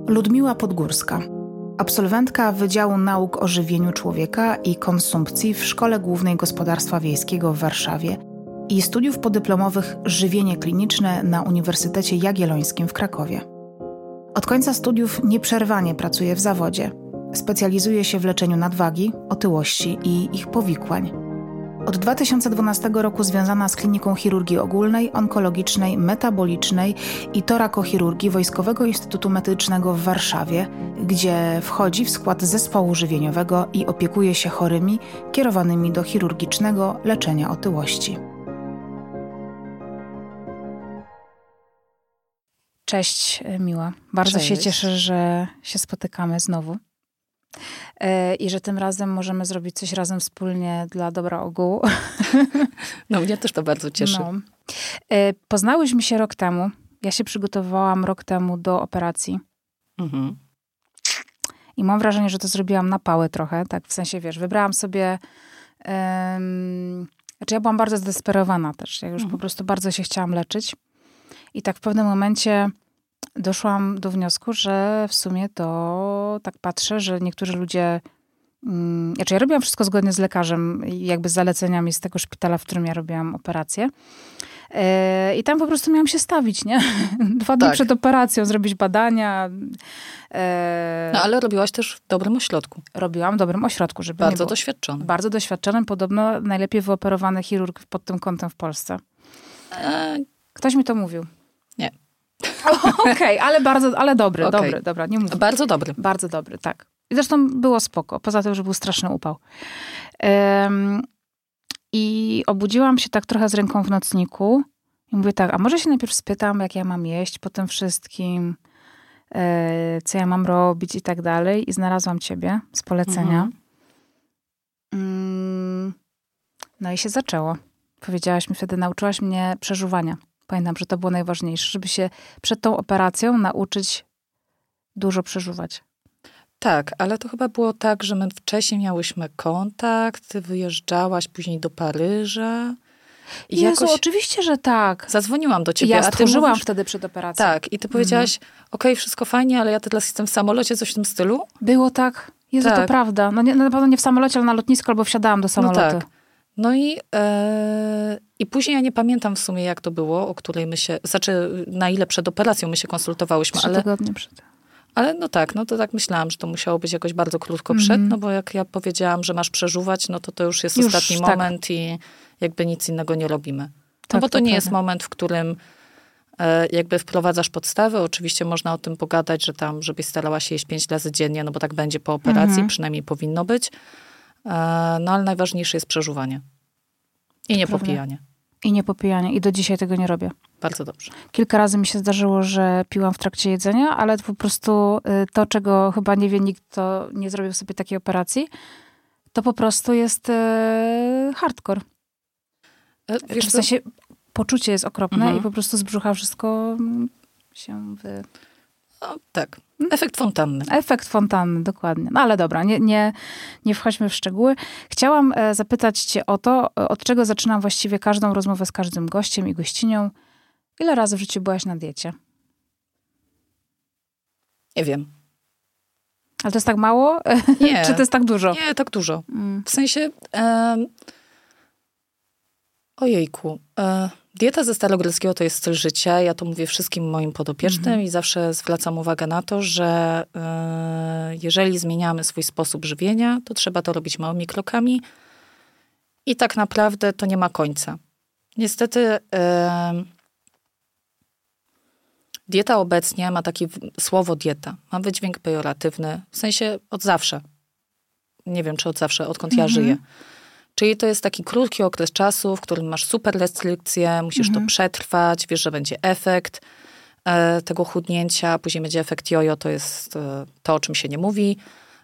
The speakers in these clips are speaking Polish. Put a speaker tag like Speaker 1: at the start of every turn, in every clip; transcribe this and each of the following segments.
Speaker 1: Ludmiła Podgórska, absolwentka Wydziału Nauk o Żywieniu Człowieka i Konsumpcji w Szkole Głównej Gospodarstwa Wiejskiego w Warszawie i studiów podyplomowych Żywienie kliniczne na Uniwersytecie Jagiellońskim w Krakowie. Od końca studiów nieprzerwanie pracuje w zawodzie. Specjalizuje się w leczeniu nadwagi, otyłości i ich powikłań. Od 2012 roku związana z Kliniką Chirurgii Ogólnej, Onkologicznej, Metabolicznej i Torakochirurgii Wojskowego Instytutu Medycznego w Warszawie, gdzie wchodzi w skład zespołu żywieniowego i opiekuje się chorymi kierowanymi do chirurgicznego leczenia otyłości. Cześć, Miła. Bardzo się cieszę, że się spotykamy znowu. I że tym razem możemy zrobić coś razem wspólnie dla dobra ogółu.
Speaker 2: No mnie też to bardzo cieszy. No.
Speaker 1: Poznałyśmy się rok temu. Ja się przygotowałam rok temu do operacji. Mhm. I mam wrażenie, że to zrobiłam na pałę trochę. Tak, w sensie, wiesz, wybrałam sobie... Znaczy ja byłam bardzo zdesperowana też. Ja już po prostu bardzo się chciałam leczyć. I tak w pewnym momencie doszłam do wniosku, że w sumie to tak patrzę, że niektórzy ludzie... Znaczy ja robiłam wszystko zgodnie z lekarzem, jakby z zaleceniami z tego szpitala, w którym ja robiłam operację. I tam po prostu miałam się stawić, nie? 2 dni przed operacją, zrobić badania.
Speaker 2: No ale robiłaś też w dobrym ośrodku.
Speaker 1: Robiłam w dobrym ośrodku, żeby
Speaker 2: bardzo doświadczony.
Speaker 1: Bardzo doświadczonym. Podobno najlepiej wyoperowany chirurg pod tym kątem w Polsce. Ktoś mi to mówił.
Speaker 2: Nie.
Speaker 1: Okej, ale dobry, dobra, nie mówię.
Speaker 2: Bardzo dobry.
Speaker 1: Bardzo dobry, tak. I zresztą było spoko, poza tym, że był straszny upał. I obudziłam się tak trochę z ręką w nocniku i mówię tak, a może się najpierw spytam, jak ja mam jeść po tym wszystkim, co ja mam robić i tak dalej. I znalazłam ciebie z polecenia. No i się zaczęło. Powiedziałaś mi wtedy, nauczyłaś mnie przeżuwania. Pamiętam, że to było najważniejsze, żeby się przed tą operacją nauczyć dużo przeżuwać.
Speaker 2: Tak, ale to chyba było tak, że my wcześniej miałyśmy kontakt, ty wyjeżdżałaś później do Paryża.
Speaker 1: I Jezu, oczywiście, że tak.
Speaker 2: Zadzwoniłam do ciebie.
Speaker 1: Ja stworzyłam wtedy przed operacją.
Speaker 2: Tak, i ty powiedziałaś, okej, wszystko fajnie, ale ja teraz jestem w samolocie, coś w tym stylu?
Speaker 1: Było tak. Jezu, tak. To prawda. No na pewno nie w samolocie, ale na lotnisku, albo wsiadałam do samolotu.
Speaker 2: No tak. No i później ja nie pamiętam w sumie, jak to było, o której my się... Znaczy, na ile przed operacją my się konsultowałyśmy.
Speaker 1: 3 tygodnie przed.
Speaker 2: Ale no to tak myślałam, że to musiało być jakoś bardzo krótko przed, no bo jak ja powiedziałam, że masz przeżuwać, no to już jest ostatni moment i jakby nic innego nie robimy. No
Speaker 1: tak,
Speaker 2: bo to nie jest moment, w którym jakby wprowadzasz podstawy. Oczywiście można o tym pogadać, że tam, żebyś starała się jeść 5 razy dziennie, no bo tak będzie po operacji, przynajmniej powinno być. No ale najważniejsze jest przeżuwanie. I nie popijanie.
Speaker 1: I nie popijanie. I do dzisiaj tego nie robię.
Speaker 2: Bardzo dobrze.
Speaker 1: Kilka razy mi się zdarzyło, że piłam w trakcie jedzenia, ale po prostu to, czego chyba nie wie nikt, kto nie zrobił sobie takiej operacji, to po prostu jest hardcore.
Speaker 2: Wiesz,
Speaker 1: w sensie poczucie jest okropne i po prostu z brzucha wszystko się
Speaker 2: No, tak. Efekt fontanny.
Speaker 1: Efekt fontanny, dokładnie. No ale dobra, nie wchodźmy w szczegóły. Chciałam zapytać cię o to, od czego zaczynam właściwie każdą rozmowę z każdym gościem i gościnią. Ile razy w życiu byłaś na diecie?
Speaker 2: Nie wiem.
Speaker 1: Ale to jest tak mało?
Speaker 2: Nie.
Speaker 1: Czy to jest tak dużo?
Speaker 2: Nie, tak dużo. W sensie... Ojejku. Dieta ze starogreckiego to jest styl życia. Ja to mówię wszystkim moim podopiecznym i zawsze zwracam uwagę na to, że jeżeli zmieniamy swój sposób żywienia, to trzeba to robić małymi krokami i tak naprawdę to nie ma końca. Niestety dieta obecnie ma takie słowo dieta. Ma wydźwięk pejoratywny, w sensie od zawsze. Nie wiem, czy od zawsze, odkąd ja żyję. Czyli to jest taki krótki okres czasu, w którym masz super restrykcje, musisz to przetrwać, wiesz, że będzie efekt tego chudnięcia, później będzie efekt jojo, to jest to, o czym się nie mówi.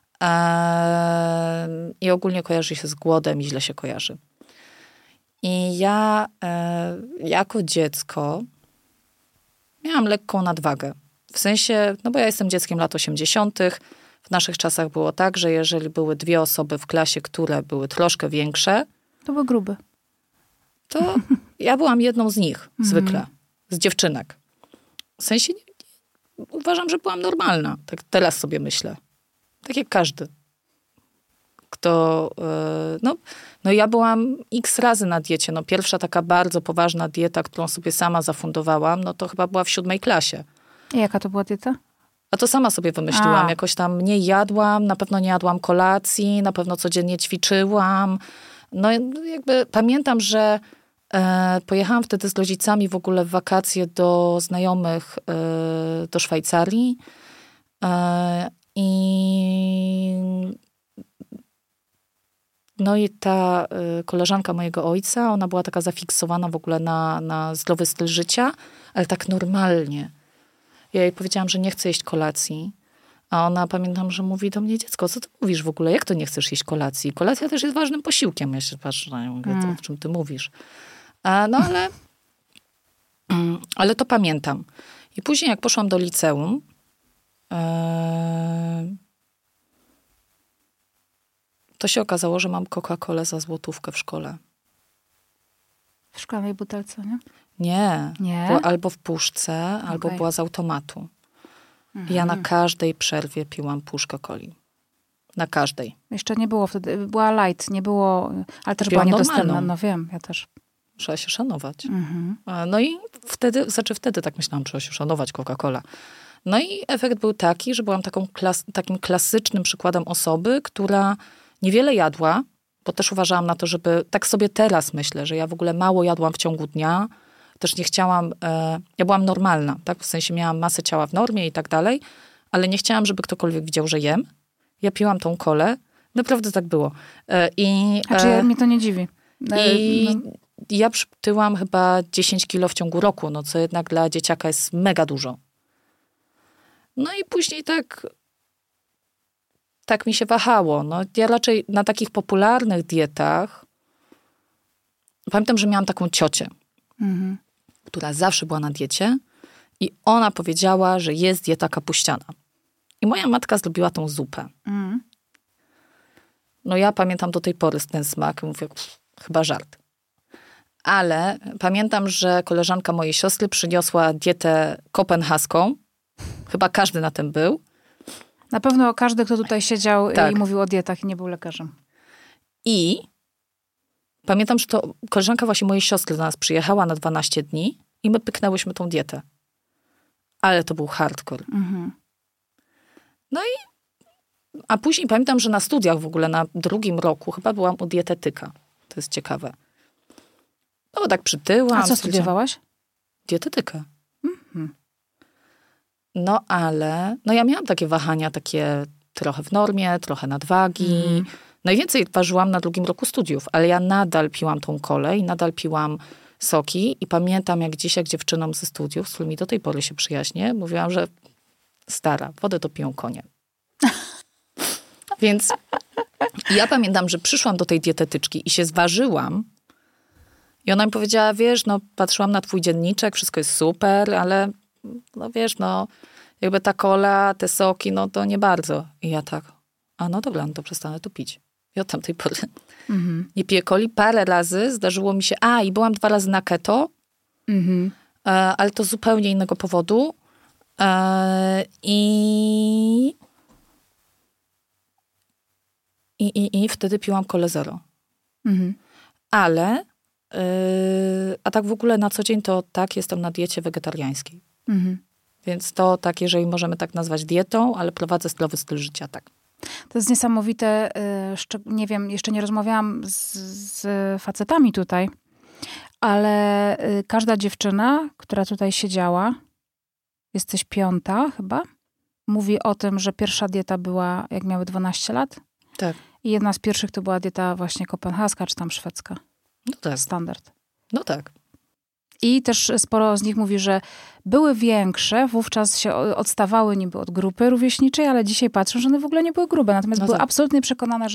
Speaker 2: I ogólnie kojarzy się z głodem i źle się kojarzy. I ja jako dziecko miałam lekką nadwagę. W sensie, no bo ja jestem dzieckiem lat 80. W naszych czasach było tak, że jeżeli były 2 osoby w klasie, które były troszkę większe,
Speaker 1: to były grube.
Speaker 2: To ja byłam jedną z nich, zwykle. Z dziewczynek. W sensie uważam, że byłam normalna. Tak teraz sobie myślę. Tak jak każdy. Kto, no ja byłam x razy na diecie. No pierwsza taka bardzo poważna dieta, którą sobie sama zafundowałam, no to chyba była w 7 klasie.
Speaker 1: I jaka to była dieta?
Speaker 2: A to sama sobie wymyśliłam. Jakoś tam mniej jadłam, na pewno nie jadłam kolacji, na pewno codziennie ćwiczyłam. No jakby pamiętam, że pojechałam wtedy z rodzicami w ogóle w wakacje do znajomych do Szwajcarii i ta koleżanka mojego ojca, ona była taka zafiksowana w ogóle na zdrowy styl życia, ale tak normalnie. Ja jej powiedziałam, że nie chcę jeść kolacji. A ona, pamiętam, że mówi do mnie, dziecko, co ty mówisz w ogóle? Jak to nie chcesz jeść kolacji? Kolacja też jest ważnym posiłkiem. Ja się patrzę na nią, mówię, o czym ty mówisz? No ale to pamiętam. I później jak poszłam do liceum, to się okazało, że mam Coca-Colę za złotówkę w szkole.
Speaker 1: W szklanej butelce, nie?
Speaker 2: Nie. Była albo w puszce, albo była z automatu. Ja na każdej przerwie piłam puszkę coli. Na każdej.
Speaker 1: Jeszcze nie było wtedy, była light, nie było, ale też była niedostępna. No wiem, ja też.
Speaker 2: Trzeba się szanować. No i wtedy tak myślałam, trzeba się szanować Coca-Cola. No i efekt był taki, że byłam takim klasycznym przykładem osoby, która niewiele jadła, bo też uważałam na to, żeby, tak sobie teraz myślę, że ja w ogóle mało jadłam w ciągu dnia. Też nie chciałam, ja byłam normalna, tak? W sensie miałam masę ciała w normie i tak dalej, ale nie chciałam, żeby ktokolwiek widział, że jem. Ja piłam tą kolę. Naprawdę tak było.
Speaker 1: Mnie to nie dziwi.
Speaker 2: Ja przytyłam chyba 10 kilo w ciągu roku, no co jednak dla dzieciaka jest mega dużo. No i później tak mi się wahało. No, ja raczej na takich popularnych dietach pamiętam, że miałam taką ciocię, która zawsze była na diecie i ona powiedziała, że jest dieta kapuściana. I moja matka zrobiła tą zupę. No ja pamiętam do tej pory ten smak. Mówię, chyba żart. Ale pamiętam, że koleżanka mojej siostry przyniosła dietę kopenhaską. Chyba każdy na tym był.
Speaker 1: Na pewno każdy, kto tutaj siedział i mówił o dietach i nie był lekarzem.
Speaker 2: I pamiętam, że to koleżanka właśnie mojej siostry do nas przyjechała na 12 dni i my pyknęłyśmy tą dietę. Ale to był hardcore. No i a później pamiętam, że na studiach w ogóle na 2. roku chyba byłam u dietetyka. To jest ciekawe. No tak przytyłam.
Speaker 1: A co studiowałaś?
Speaker 2: Dietetykę. No ale, ja miałam takie wahania, takie trochę w normie, trochę nadwagi. Najwięcej ważyłam na 2. roku studiów, ale ja nadal piłam tą kolę i nadal piłam soki i pamiętam jak dzisiaj dziewczynom ze studiów, z którymi do tej pory się przyjaźnię, mówiłam, że stara, wodę to piją konie. Więc ja pamiętam, że przyszłam do tej dietetyczki i się zważyłam i ona mi powiedziała, wiesz, patrzyłam na twój dzienniczek, wszystko jest super, ale wiesz, jakby ta kola, te soki, to nie bardzo. I ja tak, dobra, to przestanę to pić. I od tamtej pory nie piję coli. Parę razy zdarzyło mi się, i byłam 2 razy na keto, ale to z zupełnie innego powodu. I wtedy piłam kolę zero. Ale a tak w ogóle na co dzień to tak, jestem na diecie wegetariańskiej. Więc to tak, jeżeli możemy tak nazwać dietą, ale prowadzę zdrowy styl życia, tak.
Speaker 1: To jest niesamowite. Nie wiem, jeszcze nie rozmawiałam z facetami tutaj, ale każda dziewczyna, która tutaj siedziała, jesteś 5. chyba, mówi o tym, że pierwsza dieta była, jak miały 12 lat.
Speaker 2: Tak.
Speaker 1: I jedna z pierwszych to była dieta właśnie kopenhaska, czy tam szwedzka.
Speaker 2: No tak.
Speaker 1: Standard.
Speaker 2: No tak.
Speaker 1: I też sporo z nich mówi, że były większe, wówczas się odstawały niby od grupy rówieśniczej, ale dzisiaj patrzą, że one w ogóle nie były grube. Natomiast były absolutnie przekonane,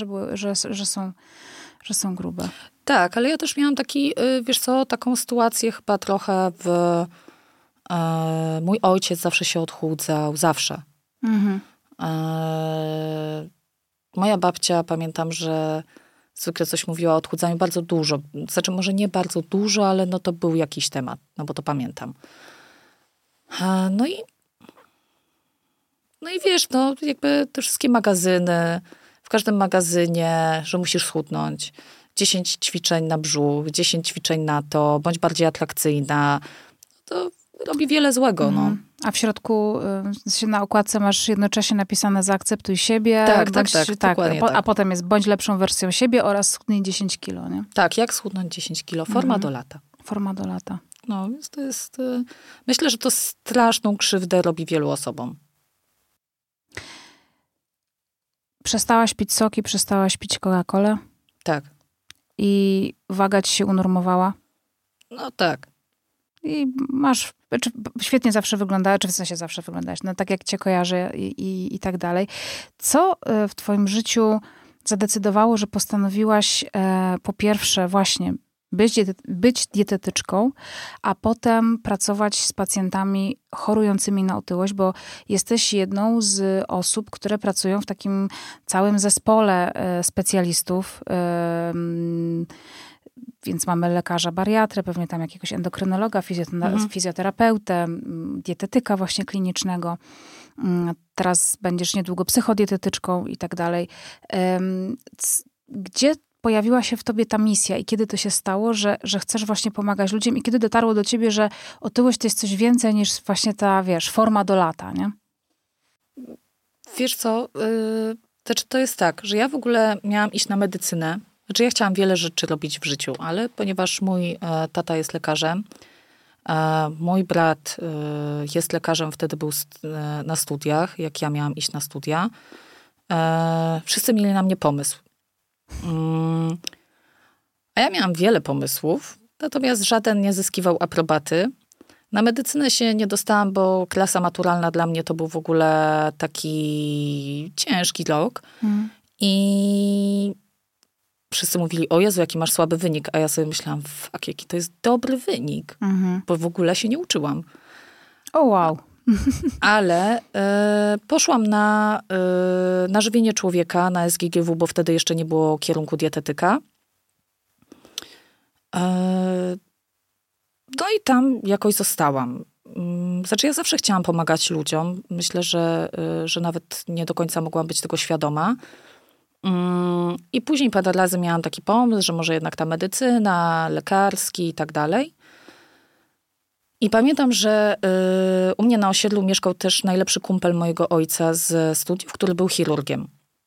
Speaker 1: że są grube.
Speaker 2: Tak, ale ja też miałam taką sytuację chyba trochę mój ojciec zawsze się odchudzał, zawsze. Moja babcia, pamiętam, że zwykle coś mówiła o odchudzaniu bardzo dużo. Znaczy może nie bardzo dużo, ale to był jakiś temat, bo to pamiętam. No i No i wiesz, no jakby te wszystkie magazyny, w każdym magazynie, że musisz schudnąć. 10 ćwiczeń na brzuch, 10 ćwiczeń na to, bądź bardziej atrakcyjna. To robi wiele złego, no.
Speaker 1: A w środku na okładce masz jednocześnie napisane zaakceptuj siebie.
Speaker 2: Tak, dokładnie tak.
Speaker 1: A potem jest bądź lepszą wersją siebie oraz schudnij 10 kilo, nie?
Speaker 2: Tak, jak schudnąć 10 kilo. Forma do lata.
Speaker 1: Forma do lata.
Speaker 2: No, więc to jest... Myślę, że to straszną krzywdę robi wielu osobom.
Speaker 1: Przestałaś pić soki, przestałaś pić Coca-Colę?
Speaker 2: Tak.
Speaker 1: I waga ci się unormowała?
Speaker 2: No tak.
Speaker 1: I masz, świetnie zawsze wyglądałeś, czy w sensie zawsze wyglądałeś, no tak jak cię kojarzę i tak dalej. Co w twoim życiu zadecydowało, że postanowiłaś po pierwsze właśnie być dietetyczką, a potem pracować z pacjentami chorującymi na otyłość, bo jesteś jedną z osób, które pracują w takim całym zespole specjalistów, więc mamy lekarza bariatrę, pewnie tam jakiegoś endokrynologa, fizjoterapeutę, dietetyka właśnie klinicznego. Teraz będziesz niedługo psychodietetyczką i tak dalej. Gdzie pojawiła się w tobie ta misja i kiedy to się stało, że chcesz właśnie pomagać ludziom i kiedy dotarło do ciebie, że otyłość to jest coś więcej niż właśnie ta, wiesz, forma do lata, nie?
Speaker 2: Wiesz co, to jest tak, że ja w ogóle miałam iść na medycynę. Znaczy ja chciałam wiele rzeczy robić w życiu, ale ponieważ mój tata jest lekarzem, mój brat jest lekarzem, wtedy był na studiach, jak ja miałam iść na studia, wszyscy mieli na mnie pomysł. A ja miałam wiele pomysłów, natomiast żaden nie zyskiwał aprobaty. Na medycynę się nie dostałam, bo klasa maturalna dla mnie to był w ogóle taki ciężki rok. I wszyscy mówili, o Jezu, jaki masz słaby wynik. A ja sobie myślałam, fuck, jaki to jest dobry wynik. Bo w ogóle się nie uczyłam.
Speaker 1: O wow.
Speaker 2: Ale poszłam na żywienie człowieka, na SGGW, bo wtedy jeszcze nie było kierunku dietetyka. No i tam jakoś zostałam. Znaczy ja zawsze chciałam pomagać ludziom. Myślę, że nawet nie do końca mogłam być tego świadoma. I później parę razy miałam taki pomysł, że może jednak ta medycyna, lekarski i tak dalej. I pamiętam, że u mnie na osiedlu mieszkał też najlepszy kumpel mojego ojca z studiów, który był chirurgiem.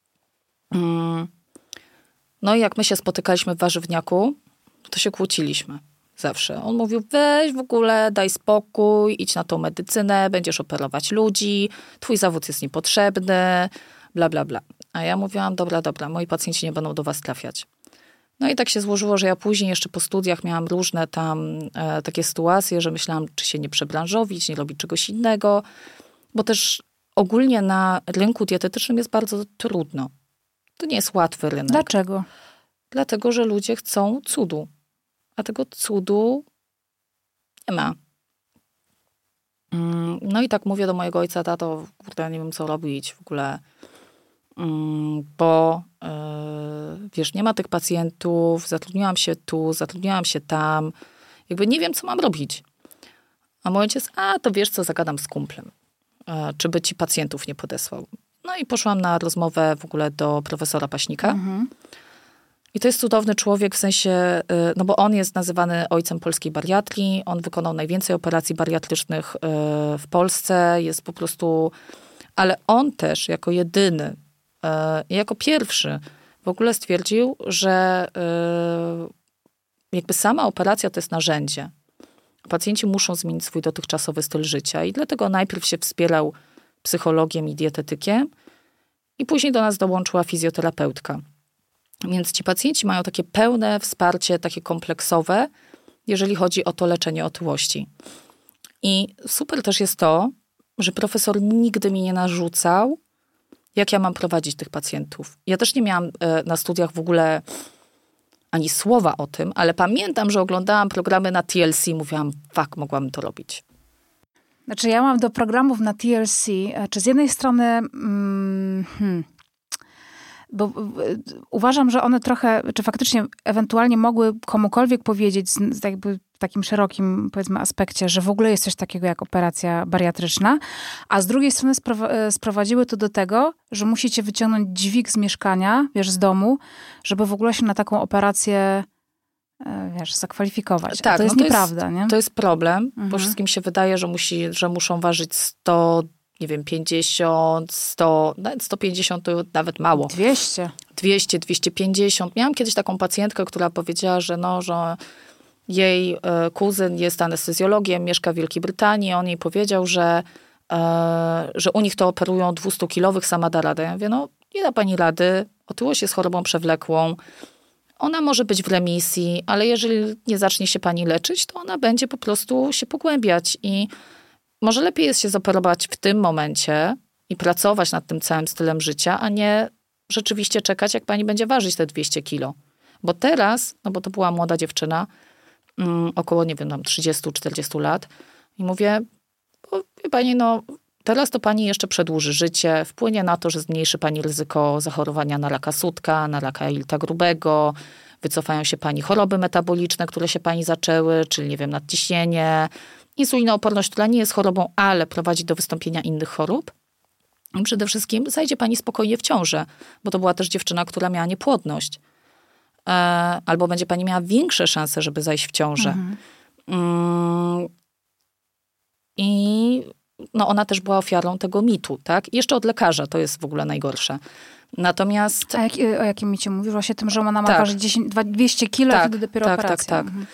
Speaker 2: No i jak my się spotykaliśmy w warzywniaku, to się kłóciliśmy zawsze. On mówił, weź w ogóle, daj spokój, idź na tą medycynę, będziesz operować ludzi, twój zawód jest niepotrzebny, bla, bla, bla. A ja mówiłam, dobra, moi pacjenci nie będą do was trafiać. No i tak się złożyło, że ja później jeszcze po studiach miałam różne tam takie sytuacje, że myślałam, czy się nie przebranżowić, nie robić czegoś innego, bo też ogólnie na rynku dietetycznym jest bardzo trudno. To nie jest łatwy rynek.
Speaker 1: Dlaczego?
Speaker 2: Dlatego, że ludzie chcą cudu, a tego cudu nie ma. No i tak mówię do mojego ojca, tato, kurde, nie wiem co robić w ogóle, bo wiesz, nie ma tych pacjentów, zatrudniłam się tu, zatrudniłam się tam, jakby nie wiem, co mam robić. A mój ojciec, to wiesz co, zagadam z kumplem, czy by ci pacjentów nie podesłał. No i poszłam na rozmowę w ogóle do profesora Paśnika. I to jest cudowny człowiek w sensie, no bo on jest nazywany ojcem polskiej bariatrii, on wykonał najwięcej operacji bariatrycznych w Polsce, jest po prostu, ale on też jako jedyny, jako pierwszy w ogóle stwierdził, że jakby sama operacja to jest narzędzie. Pacjenci muszą zmienić swój dotychczasowy styl życia i dlatego najpierw się wspierał psychologiem i dietetykiem i później do nas dołączyła fizjoterapeutka. Więc ci pacjenci mają takie pełne wsparcie, takie kompleksowe, jeżeli chodzi o to leczenie otyłości. I super też jest to, że profesor nigdy mi nie narzucał, jak ja mam prowadzić tych pacjentów. Ja też nie miałam na studiach w ogóle ani słowa o tym, ale pamiętam, że oglądałam programy na TLC i mówiłam, mogłabym to robić.
Speaker 1: Znaczy ja mam do programów na TLC, czy z jednej strony... Bo uważam, że one trochę, czy faktycznie ewentualnie mogły komukolwiek powiedzieć, jakby takim szerokim, powiedzmy, aspekcie, że w ogóle jest coś takiego jak operacja bariatryczna, a z drugiej strony sprowadziły to do tego, że musicie wyciągnąć dźwig z mieszkania, wiesz, z domu, żeby w ogóle się na taką operację, wiesz, zakwalifikować.
Speaker 2: Tak,
Speaker 1: a to jest nieprawda, nie?
Speaker 2: To jest problem, bo wszystkim się wydaje, że muszą ważyć 100, nie wiem, 50, 100, nawet 150 to nawet mało.
Speaker 1: 200,
Speaker 2: 250. Miałam kiedyś taką pacjentkę, która powiedziała, że jej kuzyn jest anestezjologiem, mieszka w Wielkiej Brytanii. On jej powiedział, że u nich to operują 200-kilowych, sama da radę. Ja mówię, nie da pani rady, otyłość jest chorobą przewlekłą. Ona może być w remisji, ale jeżeli nie zacznie się pani leczyć, to ona będzie po prostu się pogłębiać i może lepiej jest się zoperować w tym momencie i pracować nad tym całym stylem życia, a nie rzeczywiście czekać, jak pani będzie ważyć te 200 kilo. Bo teraz, bo to była młoda dziewczyna, około, nie wiem, tam 30-40 lat i mówię, wie pani, teraz to pani jeszcze przedłuży życie, wpłynie na to, że zmniejszy pani ryzyko zachorowania na raka sutka, na raka jelita grubego, wycofają się pani choroby metaboliczne, które się pani zaczęły, czyli, nie wiem, nadciśnienie, insulinooporność, która nie jest chorobą, ale prowadzi do wystąpienia innych chorób. I przede wszystkim zajdzie pani spokojnie w ciążę, bo to była też dziewczyna, która miała niepłodność. Albo będzie pani miała większe szanse, żeby zajść w ciążę. I ona też była ofiarą tego mitu, tak? I jeszcze od lekarza, to jest w ogóle najgorsze. Natomiast...
Speaker 1: o jakim micie mówisz? Właśnie tym, że ona ma ważyć 200 kilo, a wtedy dopiero operacja.
Speaker 2: Tak.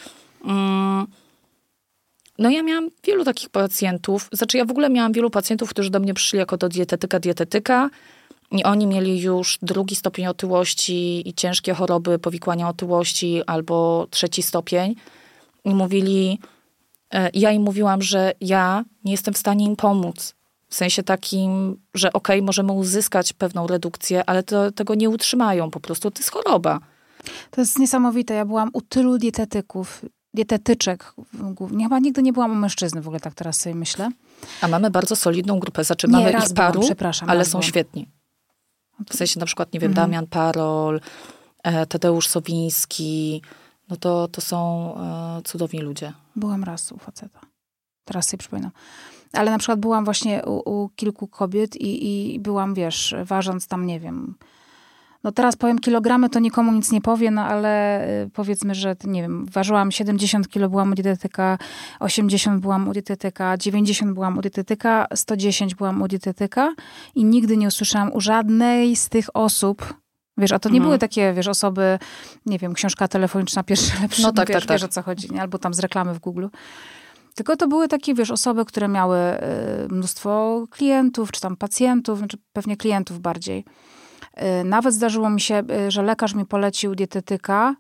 Speaker 2: Ja miałam wielu takich pacjentów. Ja w ogóle miałam wielu pacjentów, którzy do mnie przyszli jako do dietetyka i oni mieli już 2. stopień otyłości i ciężkie choroby powikłania otyłości albo 3. stopień. I mówili... Ja im mówiłam, że ja nie jestem w stanie im pomóc. W sensie takim, że możemy uzyskać pewną redukcję, ale tego nie utrzymają. Po prostu to jest choroba.
Speaker 1: To jest niesamowite. Ja byłam u tylu dietetyczek. Chyba nigdy nie byłam u mężczyzny, w ogóle tak teraz sobie myślę.
Speaker 2: A mamy bardzo solidną grupę. Mamy ich paru, ale są
Speaker 1: byłam.
Speaker 2: Świetni. W sensie na przykład, nie wiem, Damian Parol, Tadeusz Sowiński... to są cudowni ludzie.
Speaker 1: Byłam raz u faceta. Teraz sobie przypominam. Ale na przykład byłam właśnie u kilku kobiet i byłam, wiesz, ważąc tam, nie wiem... teraz powiem kilogramy, to nikomu nic nie powie, ale powiedzmy, że, nie wiem, ważyłam 70 kilo, byłam u dietetyka, 80 byłam u dietetyka, 90 byłam u dietetyka, 110 byłam u dietetyka i nigdy nie usłyszałam u żadnej z tych osób... Wiesz, a to nie były takie, wiesz, osoby, nie wiem, książka telefoniczna pierwsze lepsze, wiesz o co chodzi, nie? Albo tam z reklamy w Google. Tylko to były takie, wiesz, osoby, które miały mnóstwo klientów, czy tam pacjentów, znaczy pewnie klientów bardziej. Nawet zdarzyło mi się, że lekarz mi polecił dietetyka,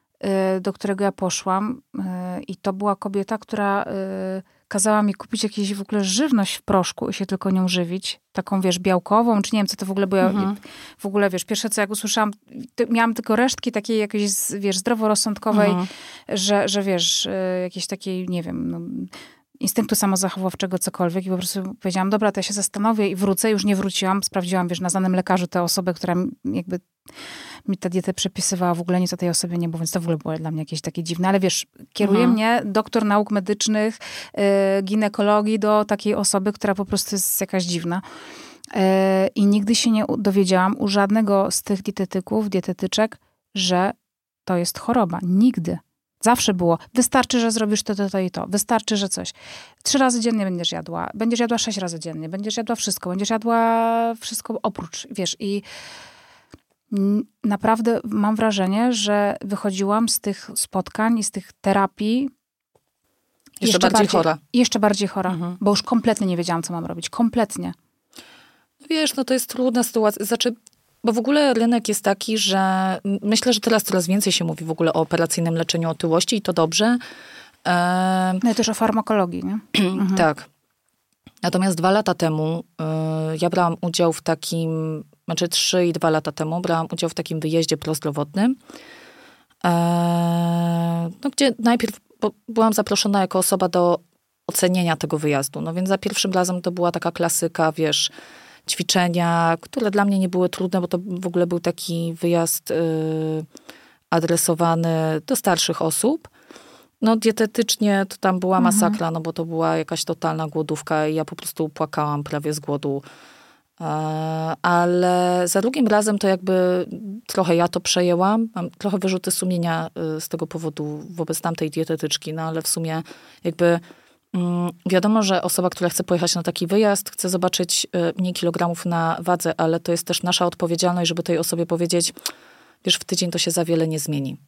Speaker 1: do którego ja poszłam i to była kobieta, która kazała mi kupić jakąś w ogóle żywność w proszku i się tylko nią żywić. Taką, wiesz, białkową, czy nie wiem, co to w ogóle było. W ogóle, wiesz, pierwsze co jak usłyszałam, miałam tylko resztki takiej jakiejś, wiesz, zdroworozsądkowej, że wiesz, jakiejś takiej, nie wiem, instynktu samozachowawczego, cokolwiek i po prostu powiedziałam, dobra, to ja się zastanowię i wrócę. Już nie wróciłam, sprawdziłam, wiesz, na znanym lekarzu tę osobę, która jakby mi tę dietę przepisywała, w ogóle nic o tej osobie nie było, więc to w ogóle było dla mnie jakieś takie dziwne. Ale wiesz, kieruje mnie doktor nauk medycznych, ginekologii do takiej osoby, która po prostu jest jakaś dziwna. I nigdy się nie dowiedziałam u żadnego z tych dietetyków, dietetyczek, że to jest choroba. Nigdy. Zawsze było, wystarczy, że zrobisz to i to. Wystarczy, że coś. 3 razy dziennie będziesz jadła. Będziesz jadła 6 razy dziennie. Będziesz jadła wszystko. Będziesz jadła wszystko oprócz, wiesz. I naprawdę mam wrażenie, że wychodziłam z tych spotkań i z tych terapii jeszcze bardziej chora. Bo już kompletnie nie wiedziałam, co mam robić. Kompletnie.
Speaker 2: Wiesz, to jest trudna sytuacja. Bo w ogóle rynek jest taki, że myślę, że teraz coraz więcej się mówi w ogóle o operacyjnym leczeniu otyłości i to dobrze.
Speaker 1: No i też o farmakologii, nie?
Speaker 2: Tak. Natomiast 2 lata temu ja brałam udział w takim, 3 i 2 lata temu brałam udział w takim wyjeździe prozdrowotnym, gdzie najpierw byłam zaproszona jako osoba do ocenienia tego wyjazdu. No więc za pierwszym razem to była taka klasyka, wiesz, ćwiczenia, które dla mnie nie były trudne, bo to w ogóle był taki wyjazd adresowany do starszych osób. No dietetycznie to tam była masakra, no bo to była jakaś totalna głodówka i ja po prostu płakałam prawie z głodu. Ale za drugim razem to jakby trochę ja to przejęłam. Mam trochę wyrzuty sumienia z tego powodu wobec tamtej dietetyczki, no ale w sumie jakby wiadomo, że osoba, która chce pojechać na taki wyjazd, chce zobaczyć mniej kilogramów na wadze, ale to jest też nasza odpowiedzialność, żeby tej osobie powiedzieć, wiesz, w tydzień to się za wiele nie zmieni.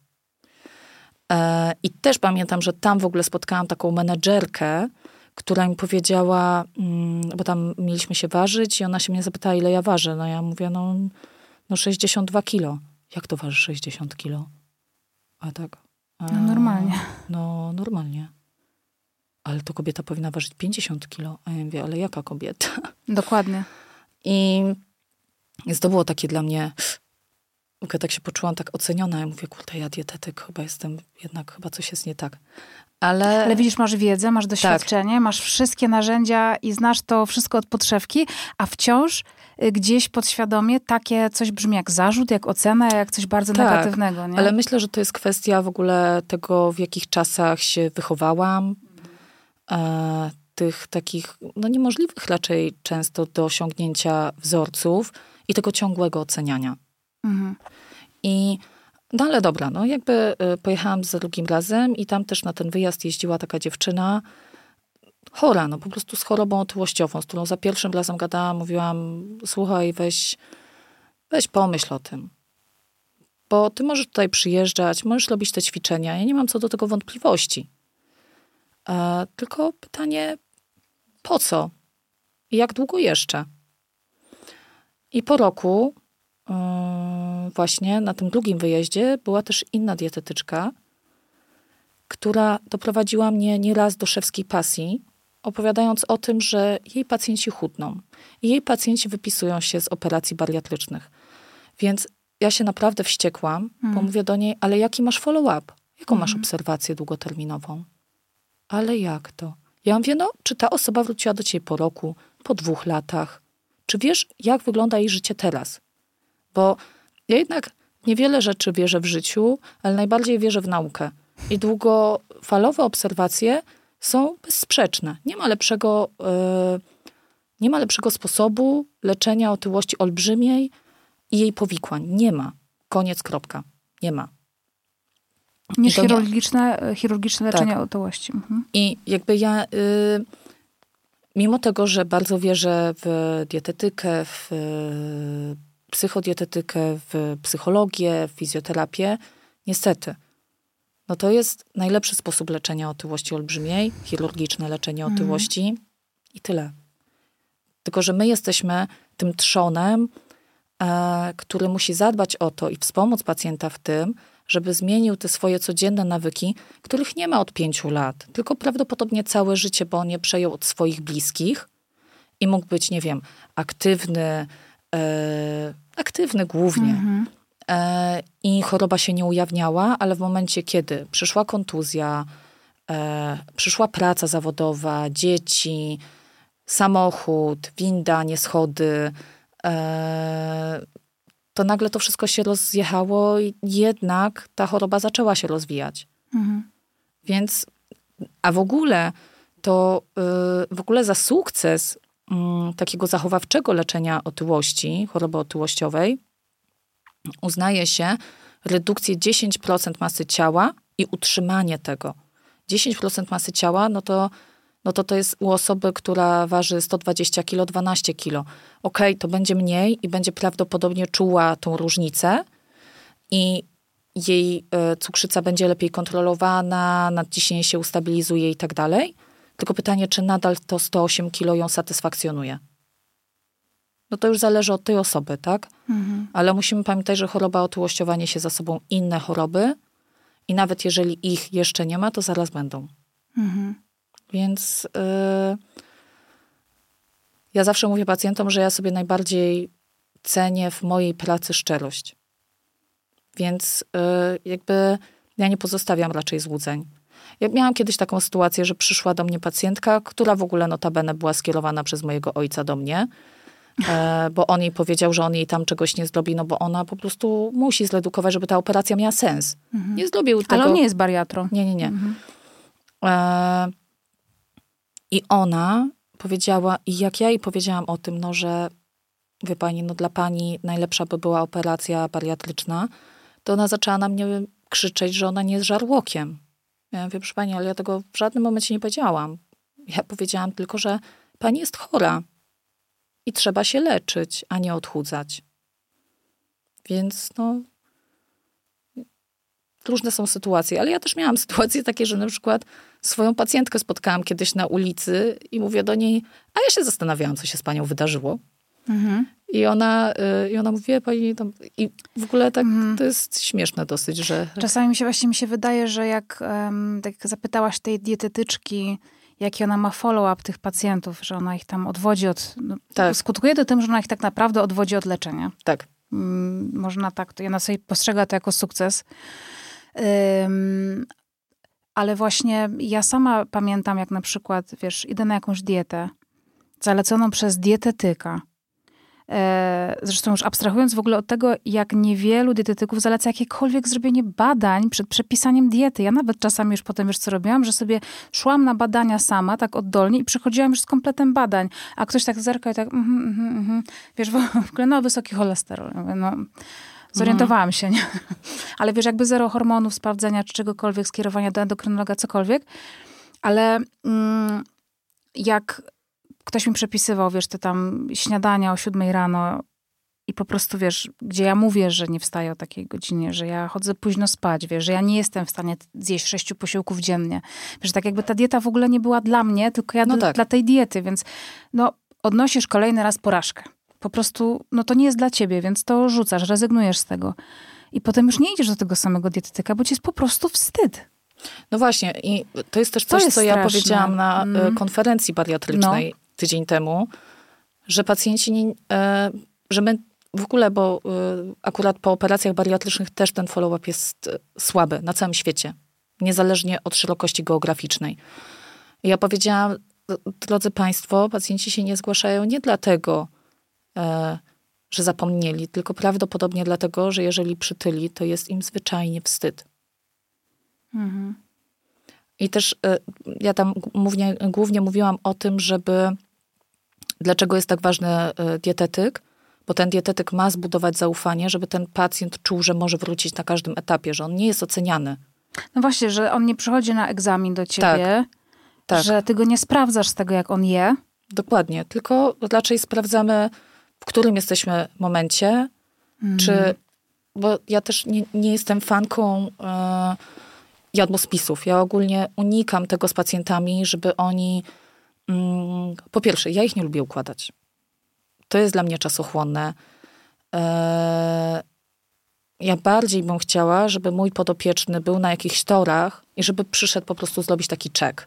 Speaker 2: I też pamiętam, że tam w ogóle spotkałam taką menedżerkę, która mi powiedziała, bo tam mieliśmy się ważyć i ona się mnie zapytała, ile ja ważę. No ja mówię, no 62 kilo. Jak to ważysz 60 kilo? A tak.
Speaker 1: No normalnie.
Speaker 2: No normalnie. Ale to kobieta powinna ważyć 50 kilo. A ja mówię, ale jaka kobieta?
Speaker 1: Dokładnie.
Speaker 2: I to było takie dla mnie... Tak się poczułam tak oceniona. Ja mówię, kurde, ja dietetyk, chyba coś jest nie tak. Ale
Speaker 1: widzisz, masz wiedzę, masz doświadczenie, tak. Masz wszystkie narzędzia i znasz to wszystko od podszewki, a wciąż gdzieś podświadomie takie coś brzmi jak zarzut, jak ocena, jak coś bardzo negatywnego. Nie?
Speaker 2: Ale myślę, że to jest kwestia w ogóle tego, w jakich czasach się wychowałam. Tych takich, no niemożliwych raczej często do osiągnięcia wzorców i tego ciągłego oceniania. No ale dobra, no jakby pojechałam za drugim razem i tam też na ten wyjazd jeździła taka dziewczyna chora, no po prostu z chorobą otyłościową, z którą za pierwszym razem gadałam, mówiłam, słuchaj, weź pomyśl o tym. Bo ty możesz tutaj przyjeżdżać, możesz robić te ćwiczenia, ja nie mam co do tego wątpliwości. Tylko pytanie, po co? I jak długo jeszcze? I po roku właśnie na tym drugim wyjeździe była też inna dietetyczka, która doprowadziła mnie nieraz do szewskiej pasji, opowiadając o tym, że jej pacjenci chudną i jej pacjenci wypisują się z operacji bariatrycznych. Więc ja się naprawdę wściekłam, bo mówię do niej, ale jaki masz follow-up? Jaką masz obserwację długoterminową? Ale jak to? Ja mówię, no, czy ta osoba wróciła do ciebie po roku, po 2 latach? Czy wiesz, jak wygląda jej życie teraz? Bo ja jednak niewiele rzeczy wierzę w życiu, ale najbardziej wierzę w naukę. I długofalowe obserwacje są bezsprzeczne. Nie ma lepszego sposobu leczenia otyłości olbrzymiej i jej powikłań. Nie ma. Koniec, kropka. Nie ma.
Speaker 1: Niż chirurgiczne leczenie otyłości.
Speaker 2: I jakby ja, mimo tego, że bardzo wierzę w dietetykę, w psychodietetykę, w psychologię, w fizjoterapię, niestety, no to jest najlepszy sposób leczenia otyłości olbrzymiej, chirurgiczne leczenie otyłości i tyle. Tylko, że my jesteśmy tym trzonem, który musi zadbać o to i wspomóc pacjenta w tym, żeby zmienił te swoje codzienne nawyki, których nie ma od 5 lat, tylko prawdopodobnie całe życie, bo on je przejął od swoich bliskich i mógł być, nie wiem, aktywny głównie. I choroba się nie ujawniała, ale w momencie, kiedy przyszła kontuzja, przyszła praca zawodowa, dzieci, samochód, winda, nie schody, to nagle to wszystko się rozjechało i jednak ta choroba zaczęła się rozwijać. Więc, a w ogóle to, za sukces takiego zachowawczego leczenia otyłości, choroby otyłościowej, uznaje się redukcję 10% masy ciała i utrzymanie tego. 10% masy ciała, no to jest u osoby, która waży 120 kg, 12 kg. Okej, to będzie mniej i będzie prawdopodobnie czuła tą różnicę i jej cukrzyca będzie lepiej kontrolowana, nadciśnienie się ustabilizuje i tak dalej. Tylko pytanie, czy nadal to 108 kg ją satysfakcjonuje. No to już zależy od tej osoby, tak? Ale musimy pamiętać, że choroba otyłościowa niesie za sobą inne choroby i nawet jeżeli ich jeszcze nie ma, to zaraz będą. Więc ja zawsze mówię pacjentom, że ja sobie najbardziej cenię w mojej pracy szczerość. Więc jakby ja nie pozostawiam raczej złudzeń. Ja miałam kiedyś taką sytuację, że przyszła do mnie pacjentka, która w ogóle notabene była skierowana przez mojego ojca do mnie, bo on jej powiedział, że on jej tam czegoś nie zrobi, no bo ona po prostu musi zredukować, żeby ta operacja miała sens. Nie zrobił tego.
Speaker 1: Ale on nie jest bariatrą.
Speaker 2: Nie. I ona powiedziała, i jak ja jej powiedziałam o tym, no że wie pani, no dla pani najlepsza by była operacja bariatryczna, to ona zaczęła na mnie krzyczeć, że ona nie jest żarłokiem. Ja mówię, proszę pani, ale ja tego w żadnym momencie nie powiedziałam. Ja powiedziałam tylko, że pani jest chora i trzeba się leczyć, a nie odchudzać. Więc no, różne są sytuacje, ale ja też miałam sytuacje takie, że na przykład swoją pacjentkę spotkałam kiedyś na ulicy i mówię do niej, a ja się zastanawiałam, co się z panią wydarzyło. I ona mówi, wie pani, i w ogóle tak to jest śmieszne dosyć, że...
Speaker 1: Czasami mi się wydaje, że jak tak zapytałaś tej dietetyczki, jaki ona ma follow-up tych pacjentów, że ona ich tam odwodzi od... No,
Speaker 2: tak.
Speaker 1: Skutkuje to tym, że ona ich tak naprawdę odwodzi od leczenia.
Speaker 2: Tak.
Speaker 1: Można tak, to ona sobie postrzega to jako sukces. Ale właśnie ja sama pamiętam, jak na przykład, wiesz, idę na jakąś dietę zaleconą przez dietetyka. Zresztą już abstrahując w ogóle od tego, jak niewielu dietetyków zaleca jakiekolwiek zrobienie badań przed przepisaniem diety. Ja nawet czasami już potem, wiesz co robiłam, że sobie szłam na badania sama, tak oddolnie i przychodziłam już z kompletem badań. A ktoś tak zerka i tak, wiesz, w ogóle no wysoki cholesterol. Ja mówię, no, zorientowałam się, nie? Ale wiesz, jakby zero hormonów, sprawdzenia czy czegokolwiek, skierowania do endokrynologa, cokolwiek. Ale jak ktoś mi przepisywał, wiesz, te tam śniadania o 7 rano i po prostu, wiesz, gdzie ja mówię, że nie wstaję o takiej godzinie, że ja chodzę późno spać, wiesz, że ja nie jestem w stanie zjeść 6 posiłków dziennie. Wiesz, tak jakby ta dieta w ogóle nie była dla mnie, tylko ja dla tej diety, więc no, odnosisz kolejny raz porażkę. Po prostu, no to nie jest dla ciebie, więc to rzucasz, rezygnujesz z tego. I potem już nie idziesz do tego samego dietetyka, bo ci jest po prostu wstyd.
Speaker 2: No właśnie, i to jest też coś, co ja powiedziałam na konferencji bariatrycznej tydzień temu, że pacjenci, że my w ogóle, bo akurat po operacjach bariatrycznych też ten follow-up jest słaby na całym świecie, niezależnie od szerokości geograficznej. I ja powiedziałam, drodzy państwo, pacjenci się nie zgłaszają nie dlatego, że zapomnieli, tylko prawdopodobnie dlatego, że jeżeli przytyli, to jest im zwyczajnie wstyd. I też ja tam głównie mówiłam o tym, dlaczego jest tak ważny dietetyk, bo ten dietetyk ma zbudować zaufanie, żeby ten pacjent czuł, że może wrócić na każdym etapie, że on nie jest oceniany.
Speaker 1: No właśnie, że on nie przychodzi na egzamin do ciebie, że ty go nie sprawdzasz z tego, jak on je.
Speaker 2: Dokładnie, tylko raczej sprawdzamy, w którym jesteśmy momencie, czy, bo ja też nie jestem fanką jadłospisów. Ja ogólnie unikam tego z pacjentami, żeby oni, po pierwsze, ja ich nie lubię układać. To jest dla mnie czasochłonne. Ja bardziej bym chciała, żeby mój podopieczny był na jakichś torach i żeby przyszedł po prostu zrobić taki check.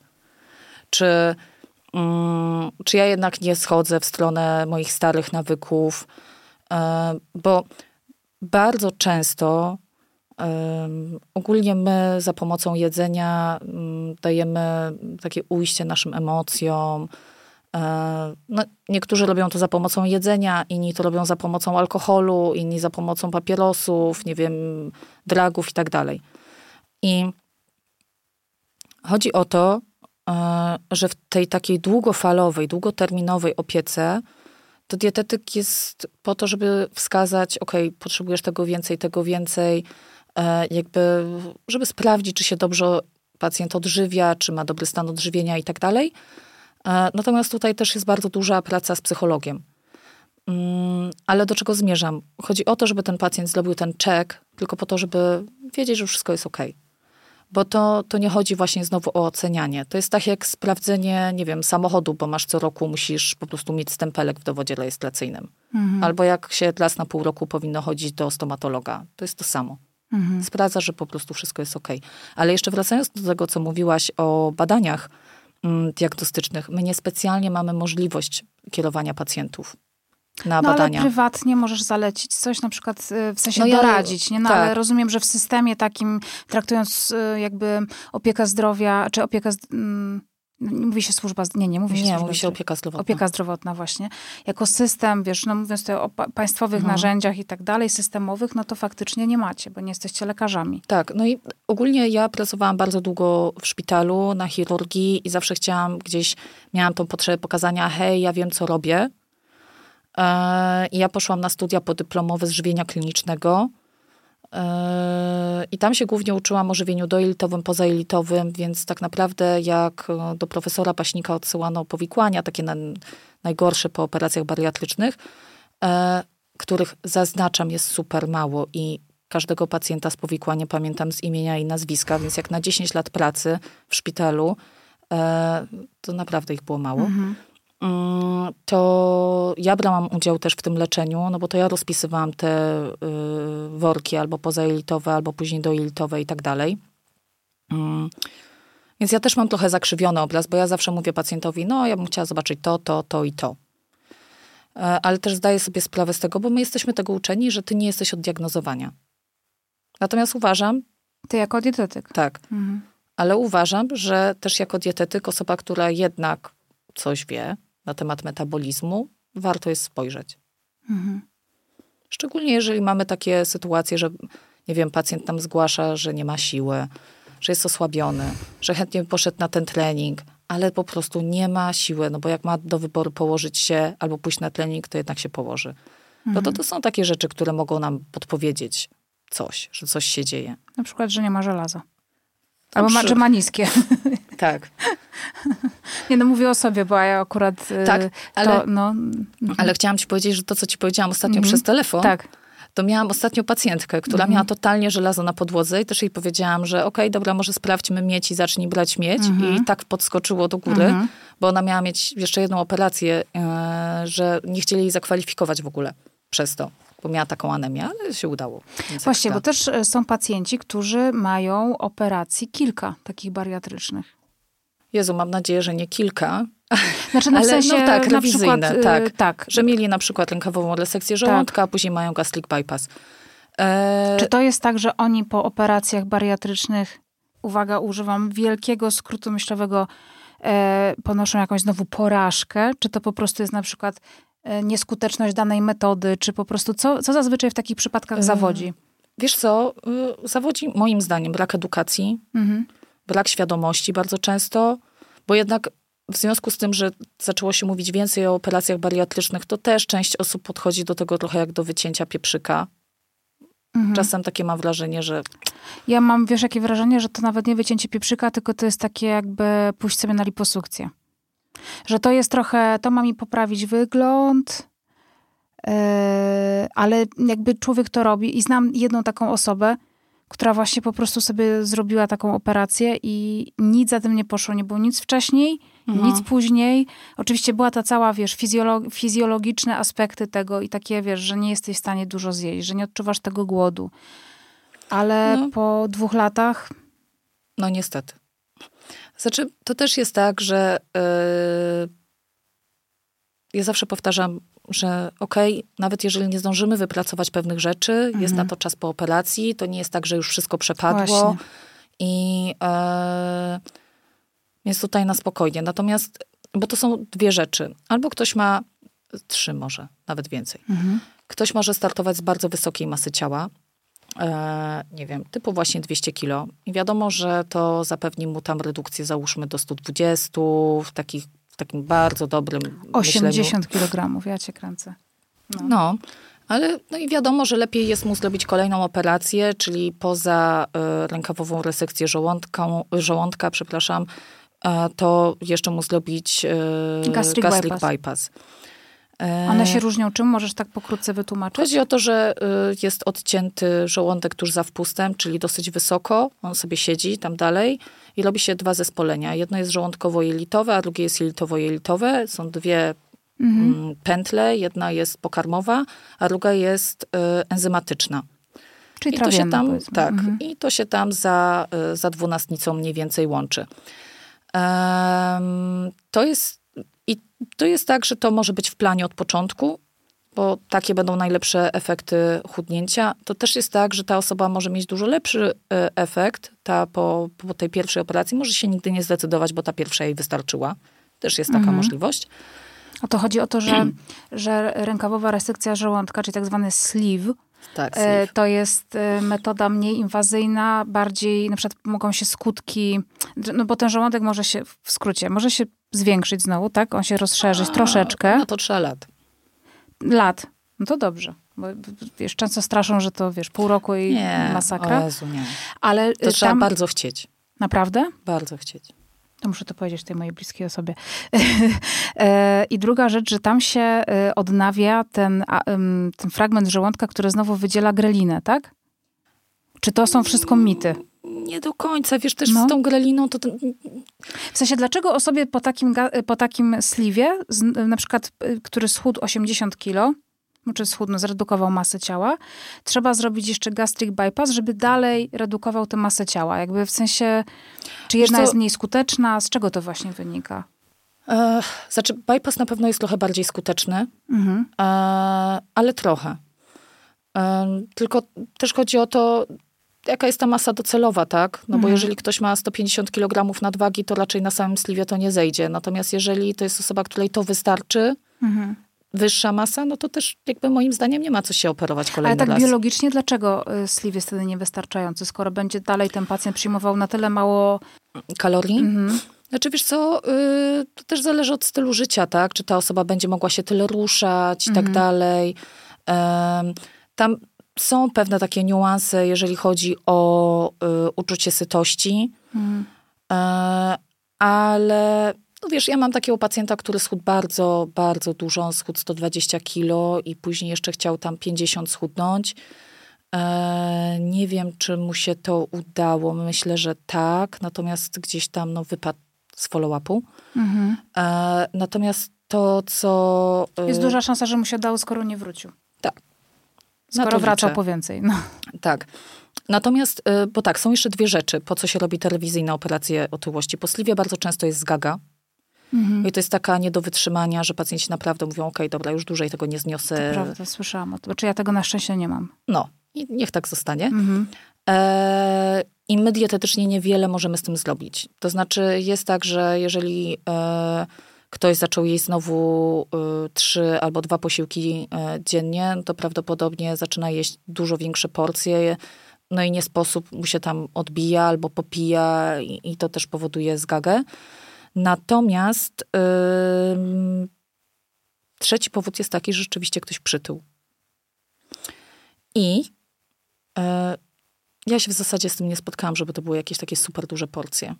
Speaker 2: Czy ja jednak nie schodzę w stronę moich starych nawyków, bo bardzo często ogólnie my za pomocą jedzenia dajemy takie ujście naszym emocjom. No, niektórzy robią to za pomocą jedzenia, inni to robią za pomocą alkoholu, inni za pomocą papierosów, nie wiem, dragów i tak dalej. I chodzi o to, że w tej takiej długofalowej, długoterminowej opiece to dietetyk jest po to, żeby wskazać, potrzebujesz tego więcej, jakby, żeby sprawdzić, czy się dobrze pacjent odżywia, czy ma dobry stan odżywienia i tak dalej. Natomiast tutaj też jest bardzo duża praca z psychologiem. Ale do czego zmierzam? Chodzi o to, żeby ten pacjent zrobił ten check, tylko po to, żeby wiedzieć, że wszystko jest okej. Bo to nie chodzi właśnie znowu o ocenianie. To jest tak jak sprawdzenie, nie wiem, samochodu, bo masz co roku, musisz po prostu mieć stempelek w dowodzie rejestracyjnym. Albo jak się raz na pół roku powinno chodzić do stomatologa. To jest to samo. Sprawdza, że po prostu wszystko jest okej. Ale jeszcze wracając do tego, co mówiłaś o badaniach diagnostycznych, my niespecjalnie mamy możliwość kierowania pacjentów na badania.
Speaker 1: Ale prywatnie możesz zalecić coś, na przykład w sensie doradzić, nie?
Speaker 2: Tak.
Speaker 1: Ale rozumiem, że w systemie takim, traktując jakby opieka zdrowia, czy opieka, mówi się służba, nie mówi się
Speaker 2: Nie,
Speaker 1: służba
Speaker 2: mówi się opieka zdrowotna.
Speaker 1: Opieka zdrowotna właśnie. Jako system, wiesz, no mówiąc tutaj o państwowych narzędziach i tak dalej, systemowych, no to faktycznie nie macie, bo nie jesteście lekarzami.
Speaker 2: Tak, no i ogólnie ja pracowałam bardzo długo w szpitalu, na chirurgii i zawsze miałam tą potrzebę pokazania, hej, ja wiem, co robię. I ja poszłam na studia podyplomowe z żywienia klinicznego. I tam się głównie uczyłam o żywieniu dojelitowym, pozajelitowym, więc tak naprawdę jak do profesora Paśnika odsyłano powikłania, takie najgorsze po operacjach bariatrycznych, których zaznaczam jest super mało i każdego pacjenta z powikłaniem pamiętam z imienia i nazwiska, więc jak na 10 lat pracy w szpitalu, to naprawdę ich było mało. To ja brałam udział też w tym leczeniu, no bo to ja rozpisywałam te worki albo pozajelitowe, albo później dojelitowe i tak dalej. Więc ja też mam trochę zakrzywiony obraz, bo ja zawsze mówię pacjentowi, no ja bym chciała zobaczyć to i to. Ale też zdaję sobie sprawę z tego, bo my jesteśmy tego uczeni, że ty nie jesteś od diagnozowania. Natomiast uważam...
Speaker 1: Ty jako dietetyk.
Speaker 2: Tak. Ale uważam, że też jako dietetyk, osoba, która jednak coś wie na temat metabolizmu, warto jest spojrzeć. Szczególnie jeżeli mamy takie sytuacje, że nie wiem, pacjent nam zgłasza, że nie ma siły, że jest osłabiony, że chętnie poszedł na ten trening, ale po prostu nie ma siły, no bo jak ma do wyboru położyć się albo pójść na trening, to jednak się położy. No to są takie rzeczy, które mogą nam podpowiedzieć coś, że coś się dzieje.
Speaker 1: Na przykład, że nie ma żelaza. Albo że ma niskie.
Speaker 2: Tak.
Speaker 1: Nie, no mówię o sobie, bo ja akurat...
Speaker 2: Tak, ale chciałam ci powiedzieć, że to, co ci powiedziałam ostatnio przez telefon, to miałam ostatnio pacjentkę, która miała totalnie żelazo na podłodze i też jej powiedziałam, że okej, dobra, może sprawdźmy miedź i zacznij brać miedź. I tak podskoczyło do góry, bo ona miała mieć jeszcze jedną operację, że nie chcieli jej zakwalifikować w ogóle przez to. Bo miała taką anemię, ale się udało.
Speaker 1: Właśnie, bo też są pacjenci, którzy mają operacji kilka takich bariatrycznych.
Speaker 2: Jezu, mam nadzieję, że nie kilka.
Speaker 1: Znaczy w sensie
Speaker 2: no tak, rewizyjne,
Speaker 1: przykład, tak.
Speaker 2: Że mieli na przykład rękawową resekcję żołądka, a później mają gastric bypass.
Speaker 1: Czy to jest tak, że oni po operacjach bariatrycznych, uwaga, używam wielkiego skrótu myślowego, ponoszą jakąś znowu porażkę? Czy to po prostu jest na przykład nieskuteczność danej metody, czy po prostu co zazwyczaj w takich przypadkach zawodzi?
Speaker 2: Wiesz co, zawodzi moim zdaniem brak edukacji, brak świadomości bardzo często, bo jednak w związku z tym, że zaczęło się mówić więcej o operacjach bariatrycznych, to też część osób podchodzi do tego trochę jak do wycięcia pieprzyka. Czasem takie mam wrażenie, że...
Speaker 1: Ja mam, wiesz, jakie wrażenie, że to nawet nie wycięcie pieprzyka, tylko to jest takie jakby pójść sobie na liposukcję. Że to jest trochę, to ma mi poprawić wygląd, ale jakby człowiek to robi i znam jedną taką osobę, która właśnie po prostu sobie zrobiła taką operację i nic za tym nie poszło. Nie było nic wcześniej, nic później. Oczywiście była ta cała, wiesz, fizjologiczne aspekty tego i takie, wiesz, że nie jesteś w stanie dużo zjeść, że nie odczuwasz tego głodu. Ale po 2 latach...
Speaker 2: No niestety. Znaczy, to też jest tak, że ja zawsze powtarzam, że nawet jeżeli nie zdążymy wypracować pewnych rzeczy, jest na to czas po operacji, to nie jest tak, że już wszystko przepadło. Właśnie. I jest tutaj na spokojnie. Natomiast, bo to są 2 rzeczy. Albo ktoś ma 3 może, nawet więcej. Ktoś może startować z bardzo wysokiej masy ciała, nie wiem, typu właśnie 200 kilo. I wiadomo, że to zapewni mu tam redukcję, załóżmy do 120, w takim bardzo dobrym
Speaker 1: 80 kg, ja cię kręcę.
Speaker 2: No, ale no i wiadomo, że lepiej jest mu zrobić kolejną operację, czyli poza rękawową resekcję żołądka, to jeszcze mu zrobić gastric bypass.
Speaker 1: One się różnią czym? Możesz tak pokrótce wytłumaczyć?
Speaker 2: Chodzi o to, że jest odcięty żołądek tuż za wpustem, czyli dosyć wysoko. On sobie siedzi tam dalej i robi się 2 zespolenia. Jedno jest żołądkowo-jelitowe, a drugie jest jelitowo-jelitowe. Są 2 pętle. Jedna jest pokarmowa, a druga jest enzymatyczna.
Speaker 1: Czyli trawienna, powiedzmy.
Speaker 2: Tak. I to się tam za dwunastnicą mniej więcej łączy. To jest tak, że to może być w planie od początku bo takie będą najlepsze efekty chudnięcia. To też jest tak, że ta osoba może mieć dużo lepszy efekt, ta po tej pierwszej operacji może się nigdy nie zdecydować, bo ta pierwsza jej wystarczyła. Też jest taka możliwość.
Speaker 1: A to chodzi o to, że rękawowa resekcja żołądka, czyli tak zwany sleeve,
Speaker 2: Tak,
Speaker 1: to jest metoda mniej inwazyjna, bardziej, na przykład mogą się skutki, no bo ten żołądek może się, w skrócie, może się zwiększyć znowu, tak? On się rozszerzyć troszeczkę.
Speaker 2: No to 3 lat.
Speaker 1: Lat. No to dobrze. Bo wiesz, często straszą, że to wiesz, pół roku i masakra.
Speaker 2: O Jezu, nie.
Speaker 1: Ale
Speaker 2: to trzeba bardzo chcieć.
Speaker 1: Naprawdę?
Speaker 2: Bardzo chcieć.
Speaker 1: To muszę to powiedzieć tej mojej bliskiej osobie. I druga rzecz, że tam się odnawia ten fragment żołądka, który znowu wydziela grelinę, tak? Czy to są wszystko mity?
Speaker 2: Nie do końca. Wiesz, też z tą greliną to...
Speaker 1: W sensie, dlaczego osobie po takim sliwie, na przykład, który schudł 80 kilo, czy schudł, zredukował masę ciała, trzeba zrobić jeszcze gastric bypass, żeby dalej redukował tę masę ciała. Jakby w sensie, czy jedna jest mniej skuteczna? Z czego to właśnie wynika?
Speaker 2: Znaczy, bypass na pewno jest trochę bardziej skuteczny, ale trochę. Tylko też chodzi o to, jaka jest ta masa docelowa, tak? No bo jeżeli ktoś ma 150 kg nadwagi, to raczej na samym sliwie to nie zejdzie. Natomiast jeżeli to jest osoba, której to wystarczy, wyższa masa, no to też jakby moim zdaniem nie ma co się operować kolejny raz.
Speaker 1: Ale tak biologicznie, dlaczego sleeve jest wtedy niewystarczający, skoro będzie dalej ten pacjent przyjmował na tyle mało
Speaker 2: kalorii? Znaczy, wiesz co, to też zależy od stylu życia, tak? Czy ta osoba będzie mogła się tyle ruszać i tak dalej. Tam są pewne takie niuanse, jeżeli chodzi o uczucie sytości, ale no wiesz, ja mam takiego pacjenta, który schudł bardzo, bardzo dużo, on schudł 120 kilo i później jeszcze chciał tam 50 schudnąć. Nie wiem, czy mu się to udało, myślę, że tak, natomiast gdzieś tam wypadł z follow-upu. Natomiast to, co...
Speaker 1: Jest duża szansa, że mu się udało, skoro nie wrócił.
Speaker 2: Tak.
Speaker 1: Skoro wracał po więcej. No.
Speaker 2: Tak. Natomiast, bo tak, są jeszcze 2 rzeczy, po co się robi te rewizyjne operacje otyłości. Po sliwie bardzo często jest zgaga. I to jest taka nie do wytrzymania, że pacjenci naprawdę mówią, okej, dobra, już dłużej tego nie zniosę.
Speaker 1: To prawda, słyszałam o tym. Znaczy ja tego na szczęście nie mam.
Speaker 2: No, i niech tak zostanie. I my dietetycznie niewiele możemy z tym zrobić. To znaczy jest tak, że jeżeli ktoś zaczął jeść znowu 3 albo 2 posiłki dziennie, to prawdopodobnie zaczyna jeść dużo większe porcje, no i nie sposób mu się tam odbija albo popija i to też powoduje zgagę. Natomiast trzeci powód jest taki, że rzeczywiście ktoś przytył. I ja się w zasadzie z tym nie spotkałam, żeby to były jakieś takie super duże porcje.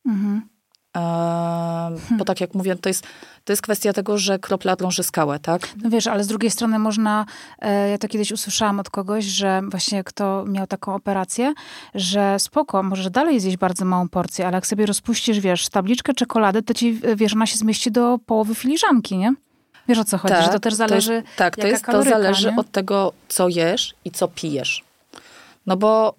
Speaker 2: Bo tak jak mówię, to jest kwestia tego, że kropla drąży skałę, tak?
Speaker 1: No wiesz, ale z drugiej strony można, ja to kiedyś usłyszałam od kogoś, że właśnie kto miał taką operację, że spoko, możesz dalej zjeść bardzo małą porcję, ale jak sobie rozpuścisz, wiesz, tabliczkę czekolady, to ci, wiesz, ona się zmieści do połowy filiżanki, nie? Wiesz, o co chodzi,
Speaker 2: tak,
Speaker 1: że to też zależy,
Speaker 2: to zależy od tego, co jesz i co pijesz. No bo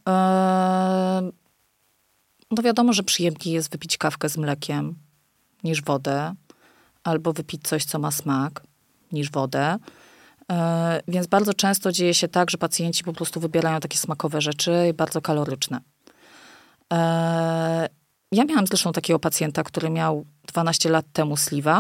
Speaker 2: no wiadomo, że przyjemniej jest wypić kawkę z mlekiem niż wodę, albo wypić coś, co ma smak, niż wodę. Więc bardzo często dzieje się tak, że pacjenci po prostu wybierają takie smakowe rzeczy, bardzo kaloryczne. Ja miałam zresztą takiego pacjenta, który miał 12 lat temu slive'a.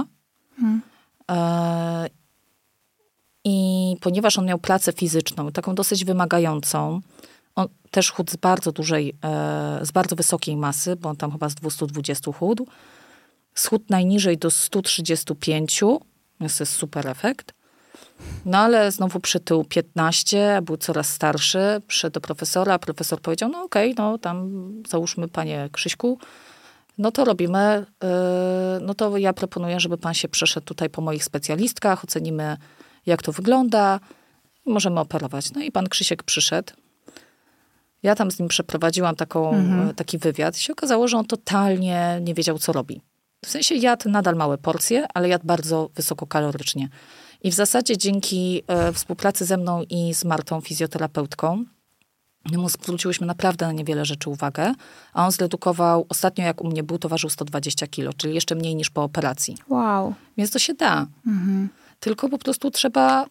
Speaker 2: I ponieważ on miał pracę fizyczną, taką dosyć wymagającą, on też chudł z bardzo z bardzo wysokiej masy, bo on tam chyba z 220 chudł. Schudł najniżej do 135, więc to jest super efekt. No ale znowu przytył 15, był coraz starszy, przyszedł do profesora, a profesor powiedział, no okej, no tam załóżmy panie Krzyśku, no to robimy, no to ja proponuję, żeby pan się przeszedł tutaj po moich specjalistkach, ocenimy jak to wygląda i możemy operować. No i pan Krzysiek przyszedł. Ja tam z nim przeprowadziłam taki wywiad i się okazało, że on totalnie nie wiedział, co robi. W sensie jadł nadal małe porcje, ale jadł bardzo wysokokalorycznie. I w zasadzie dzięki współpracy ze mną i z Martą, fizjoterapeutką, mu zwróciłyśmy naprawdę na niewiele rzeczy uwagę, a on zredukował, ostatnio jak u mnie był, to ważył 120 kilo, czyli jeszcze mniej niż po operacji.
Speaker 1: Wow.
Speaker 2: Więc to się da. tylko po prostu trzeba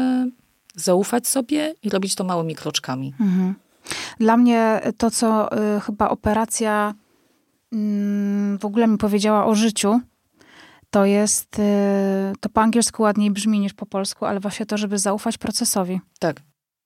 Speaker 2: zaufać sobie i robić to małymi kroczkami.
Speaker 1: Dla mnie to, co chyba operacja w ogóle mi powiedziała o życiu, to jest, to po angielsku ładniej brzmi niż po polsku, ale właśnie to, żeby zaufać procesowi.
Speaker 2: Tak.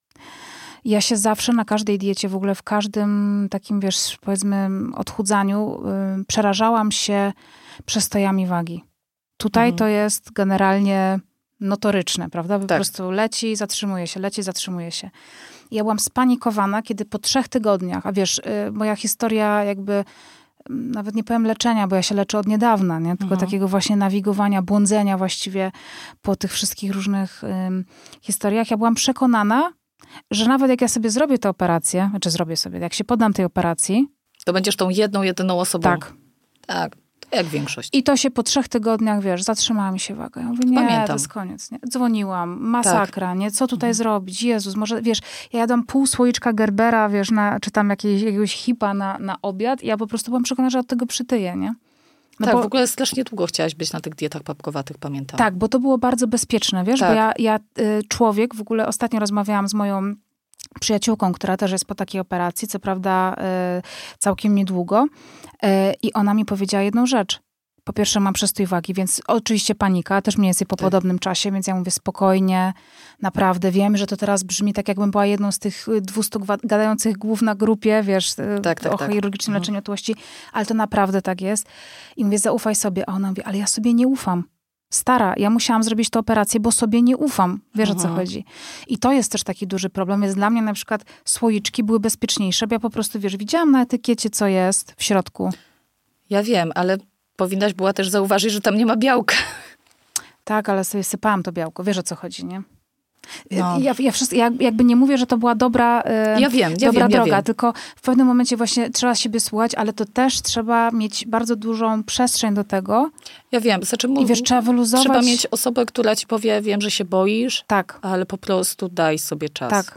Speaker 1: Ja się zawsze na każdej diecie, w ogóle w każdym takim, wiesz, powiedzmy odchudzaniu, przerażałam się przestojami wagi. Tutaj to jest generalnie notoryczne, prawda? Po prostu leci, zatrzymuje się. Ja byłam spanikowana, kiedy po 3 tygodniach, a wiesz, moja historia jakby, nawet nie powiem leczenia, bo ja się leczę od niedawna, nie? Tylko takiego właśnie nawigowania, błądzenia właściwie po tych wszystkich różnych historiach. Ja byłam przekonana, że nawet jak ja sobie zrobię tę operację, jak się poddam tej operacji...
Speaker 2: To będziesz tą jedyną osobą.
Speaker 1: Tak.
Speaker 2: Tak, jak większość.
Speaker 1: I to się po 3 tygodniach, wiesz, zatrzymała mi się waga. Ja mówię, nie,
Speaker 2: Pamiętam.
Speaker 1: to jest koniec. Nie? Dzwoniłam, masakra, nie? Co tutaj zrobić? Jezus, może, wiesz, ja jadłam pół słoiczka Gerbera, wiesz, czy tam jakiegoś hipa na obiad i ja po prostu byłam przekonana, że od tego przytyję, nie? No
Speaker 2: tak,
Speaker 1: bo,
Speaker 2: w ogóle strasznie długo chciałaś być na tych dietach papkowatych, pamiętam.
Speaker 1: Tak, bo to było bardzo bezpieczne, wiesz, bo człowiek, w ogóle ostatnio rozmawiałam z moją przyjaciółką, która też jest po takiej operacji, co prawda całkiem niedługo, i ona mi powiedziała jedną rzecz. Po pierwsze mam przestój wagi, więc oczywiście panika, też mniej więcej po podobnym czasie, więc ja mówię spokojnie, naprawdę wiem, że to teraz brzmi tak, jakbym była jedną z tych 200 gadających głów na grupie, wiesz, o chirurgicznym leczeniu otyłości, ale to naprawdę tak jest. I mówię, zaufaj sobie. A ona mówi, ale ja sobie nie ufam. Stara, ja musiałam zrobić tę operację, bo sobie nie ufam. Wiesz, o co chodzi. I to jest też taki duży problem. Więc dla mnie na przykład słoiczki były bezpieczniejsze, bo ja po prostu, wiesz, widziałam na etykiecie, co jest w środku.
Speaker 2: Ja wiem, ale powinnaś była też zauważyć, że tam nie ma białka.
Speaker 1: Tak, ale sobie sypałam to białko. Wiesz, o co chodzi, nie?
Speaker 2: No.
Speaker 1: Ja jakby nie mówię, że to była dobra droga, tylko w pewnym momencie właśnie trzeba siebie słuchać, ale to też trzeba mieć bardzo dużą przestrzeń do tego.
Speaker 2: Ja wiem.
Speaker 1: I wiesz, trzeba wyluzować.
Speaker 2: Trzeba mieć osobę, która ci powie, wiem, że się boisz,
Speaker 1: tak,
Speaker 2: ale po prostu daj sobie czas.
Speaker 1: Tak.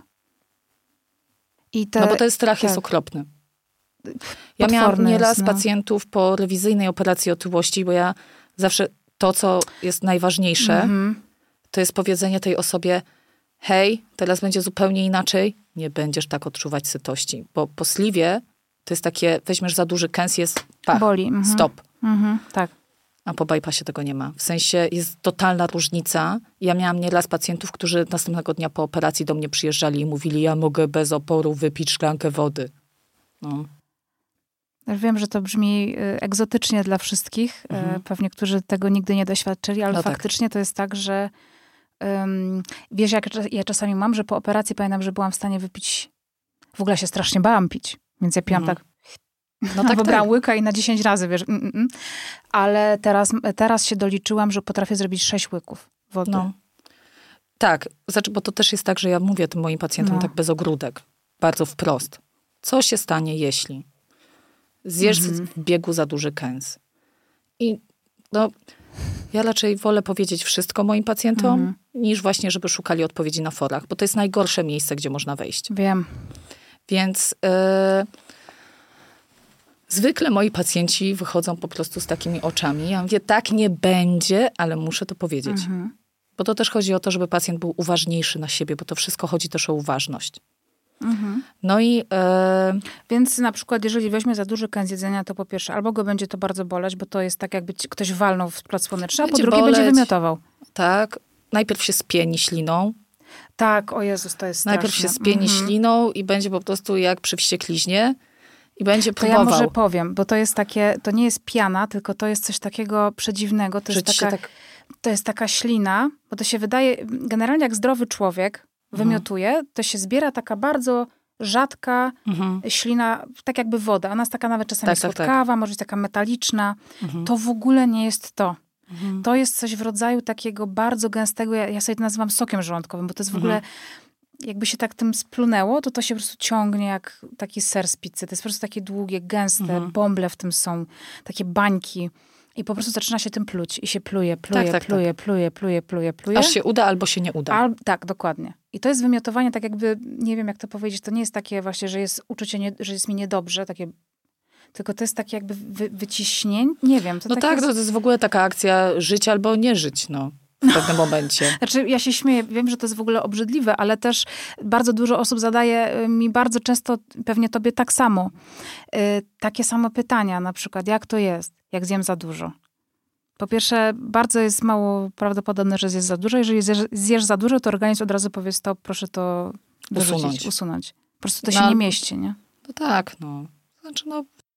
Speaker 2: No bo ten strach jest okropny. Ja miałam nieraz pacjentów po rewizyjnej operacji otyłości, bo ja zawsze to, co jest najważniejsze, to jest powiedzenie tej osobie, hej, teraz będzie zupełnie inaczej, nie będziesz tak odczuwać sytości. Bo po sliwie to jest takie, weźmiesz za duży kęs, jest pach, boli. Stop.
Speaker 1: Tak.
Speaker 2: A po bypassie tego nie ma. W sensie jest totalna różnica. Ja miałam nieraz pacjentów, którzy następnego dnia po operacji do mnie przyjeżdżali i mówili, ja mogę bez oporu wypić szklankę wody. No.
Speaker 1: Wiem, że to brzmi egzotycznie dla wszystkich. Pewnie, którzy tego nigdy nie doświadczyli, ale faktycznie to jest tak, że wiesz, jak ja czasami mam, że po operacji pamiętam, że byłam w stanie wypić, w ogóle się strasznie bałam pić, więc ja piłam tak, wybrałam łyka i na 10 razy, wiesz. Ale teraz się doliczyłam, że potrafię zrobić 6 łyków wody.
Speaker 2: No. Tak, znaczy, bo to też jest tak, że ja mówię tym moim pacjentom tak bez ogródek, bardzo wprost. Co się stanie, jeśli zjesz w biegu za duży kęs? I ja raczej wolę powiedzieć wszystko moim pacjentom, niż właśnie, żeby szukali odpowiedzi na forach, bo to jest najgorsze miejsce, gdzie można wejść.
Speaker 1: Wiem.
Speaker 2: Więc zwykle moi pacjenci wychodzą po prostu z takimi oczami. Ja mówię, tak nie będzie, ale muszę to powiedzieć. Bo to też chodzi o to, żeby pacjent był uważniejszy na siebie, bo to wszystko chodzi też o uważność. No i...
Speaker 1: Więc na przykład, jeżeli weźmie za duży kęs jedzenia, to po pierwsze, albo go będzie to bardzo boleć, bo to jest tak, jakby ktoś walnął w plac słoneczny, a po drugie będzie wymiotował.
Speaker 2: Tak. Najpierw się spieni śliną.
Speaker 1: Tak, o Jezus, to jest straszne.
Speaker 2: Najpierw się spieni śliną i będzie po prostu jak przy wściekliźnie i będzie próbował.
Speaker 1: To ja może powiem, bo to jest takie, to nie jest piana, tylko to jest coś takiego przedziwnego. To jest taka ślina, bo to się wydaje, generalnie jak zdrowy człowiek wymiotuje, to się zbiera taka bardzo rzadka ślina, tak jakby woda. Ona jest taka nawet czasami słodkawa, może być taka metaliczna. To w ogóle nie jest to. To jest coś w rodzaju takiego bardzo gęstego, ja sobie to nazywam sokiem żołądkowym, bo to jest w ogóle, jakby się tak tym splunęło, to się po prostu ciągnie jak taki ser z pizzy. To jest po prostu takie długie, gęste, bąble w tym są, takie bańki. I po prostu zaczyna się tym pluć. I się pluje.
Speaker 2: Aż się uda, albo się nie uda.
Speaker 1: Tak, dokładnie. I to jest wymiotowanie, tak jakby, nie wiem jak to powiedzieć, to nie jest takie właśnie, że jest uczucie, że jest mi niedobrze, takie, tylko to jest takie jakby wyciśnięcie, nie wiem.
Speaker 2: To jest w ogóle taka akcja żyć albo nie żyć, no. w pewnym momencie.
Speaker 1: Znaczy, ja się śmieję, wiem, że to jest w ogóle obrzydliwe, ale też bardzo dużo osób zadaje mi bardzo często, pewnie tobie tak samo, takie same pytania, na przykład, jak to jest, jak zjem za dużo? Po pierwsze, bardzo jest mało prawdopodobne, że zjesz za dużo. Jeżeli zjesz za dużo, to organizm od razu powie stop, proszę to usunąć. Po prostu to się nie mieści, nie?
Speaker 2: No tak, Znaczy,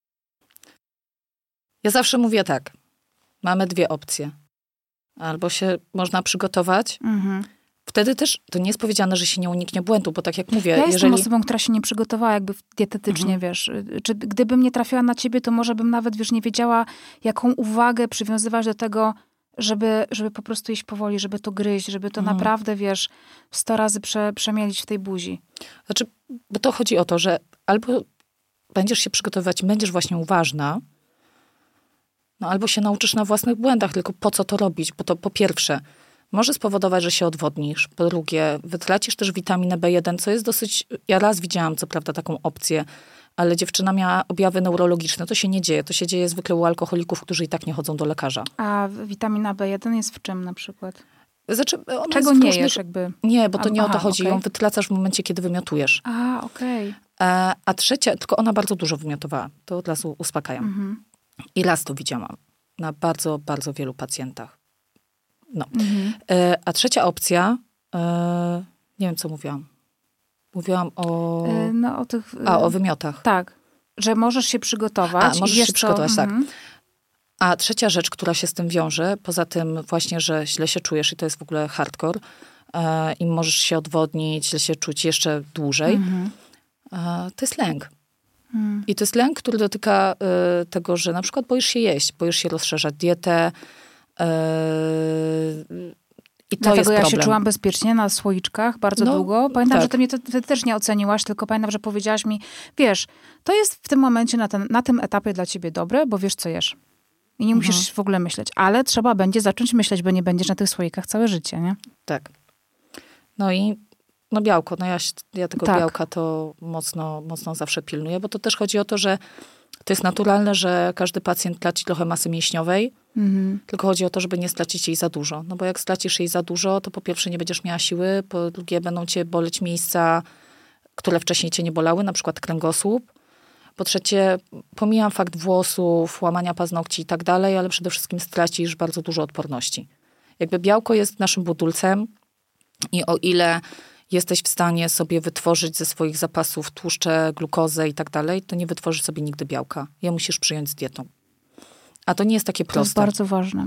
Speaker 2: ja zawsze mówię tak. Mamy dwie opcje. Albo się można przygotować. Wtedy też, to nie jest powiedziane, że się nie uniknie błędu, bo tak jak mówię...
Speaker 1: Ja jestem osobą, która się nie przygotowała jakby dietetycznie, wiesz. Czy gdybym nie trafiła na ciebie, to może bym nawet, wiesz, nie wiedziała, jaką uwagę przywiązywać do tego, żeby po prostu iść powoli, żeby to gryźć, żeby to naprawdę, wiesz, 100 razy przemielić w tej buzi.
Speaker 2: Znaczy, bo to chodzi o to, że albo będziesz się przygotowywać, będziesz właśnie uważna, albo się nauczysz na własnych błędach, tylko po co to robić? Bo to po pierwsze może spowodować, że się odwodnisz. Po drugie, wytracisz też witaminę B1, co jest dosyć... Ja raz widziałam, co prawda, taką opcję, ale dziewczyna miała objawy neurologiczne. To się nie dzieje. To się dzieje zwykle u alkoholików, którzy i tak nie chodzą do lekarza.
Speaker 1: A witamina B1 jest w czym na przykład?
Speaker 2: Znaczy,
Speaker 1: czego nie jesz jakby?
Speaker 2: Nie, bo to nie o to chodzi. Okay. Ją wytracasz w momencie, kiedy wymiotujesz.
Speaker 1: Okej.
Speaker 2: A trzecia, tylko ona bardzo dużo wymiotowała. To od razu uspokajam. I raz to widziałam. Na bardzo, bardzo wielu pacjentach. A trzecia opcja, nie wiem, co mówiłam. Mówiłam o...
Speaker 1: o tych...
Speaker 2: o wymiotach.
Speaker 1: Tak, że możesz się przygotować.
Speaker 2: Możesz się przygotować, tak. A trzecia rzecz, która się z tym wiąże, poza tym właśnie, że źle się czujesz i to jest w ogóle hardcore i możesz się odwodnić, źle się czuć jeszcze dłużej, to jest lęk. I to jest lęk, który dotyka tego, że na przykład boisz się jeść, boisz się rozszerzać dietę, i to
Speaker 1: dlatego
Speaker 2: jest problem.
Speaker 1: Ja się czułam bezpiecznie na słoiczkach bardzo długo. Pamiętam, że ty mnie ty też nie oceniłaś, tylko pamiętam, że powiedziałaś mi, wiesz, to jest w tym momencie, na tym etapie dla ciebie dobre, bo wiesz, co jesz. I nie musisz w ogóle myśleć. Ale trzeba będzie zacząć myśleć, bo nie będziesz na tych słoikach całe życie, nie?
Speaker 2: Tak. I białko. Ja tego białka to mocno zawsze pilnuję, bo to też chodzi o to, że to jest naturalne, że każdy pacjent traci trochę masy mięśniowej, tylko chodzi o to, żeby nie stracić jej za dużo. Bo jak stracisz jej za dużo, to po pierwsze nie będziesz miała siły, po drugie będą cię boleć miejsca, które wcześniej cię nie bolały, na przykład kręgosłup. Po trzecie, pomijam fakt włosów, łamania paznokci i tak dalej, ale przede wszystkim stracisz bardzo dużo odporności. Jakby białko jest naszym budulcem i o ile jesteś w stanie sobie wytworzyć ze swoich zapasów tłuszcze, glukozę i tak dalej, to nie wytworzysz sobie nigdy białka. Je musisz przyjąć z dietą. A to nie jest takie proste.
Speaker 1: To jest bardzo ważne.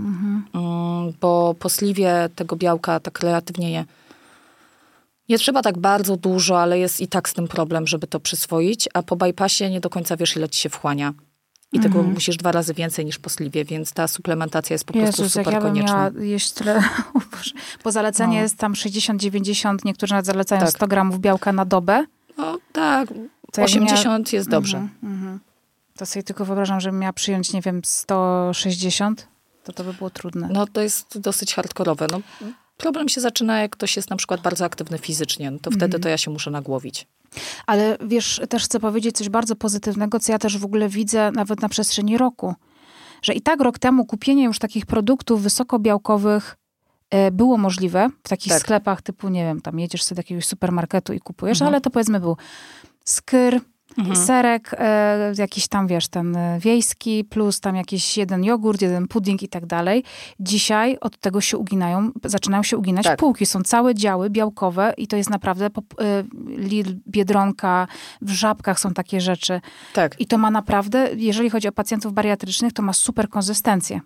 Speaker 2: Bo po sliwie tego białka tak relatywnie nie trzeba tak bardzo dużo, ale jest i tak z tym problem, żeby to przyswoić, a po bypassie nie do końca wiesz, ile ci się wchłania. I tego musisz 2 razy więcej niż po sliwie, więc ta suplementacja jest po prostu super konieczna.
Speaker 1: Jak ja bym miała jeść tyle, bo zalecenie jest tam 60-90, niektórzy nawet zalecają 100 gramów białka na dobę.
Speaker 2: Tak, to 80 jest dobrze.
Speaker 1: To sobie tylko wyobrażam, żebym miała przyjąć, nie wiem, 160, to by było trudne.
Speaker 2: To jest dosyć hardkorowe. Problem się zaczyna, jak ktoś jest na przykład bardzo aktywny fizycznie, to wtedy to ja się muszę nagłowić.
Speaker 1: Ale wiesz, też chcę powiedzieć coś bardzo pozytywnego, co ja też w ogóle widzę nawet na przestrzeni roku. Że i tak rok temu kupienie już takich produktów wysokobiałkowych było możliwe w takich sklepach typu, nie wiem, tam jedziesz sobie do jakiegoś supermarketu i kupujesz, ale to powiedzmy był skyr, serek, jakiś tam, wiesz, ten wiejski, plus tam jakiś jeden jogurt, jeden pudding i tak dalej. Dzisiaj od tego się zaczynają się uginać półki. Są całe działy białkowe i to jest naprawdę Lidl, Biedronka, w Żabkach są takie rzeczy.
Speaker 2: Tak.
Speaker 1: I to ma naprawdę, jeżeli chodzi o pacjentów bariatrycznych, to ma super konsystencję.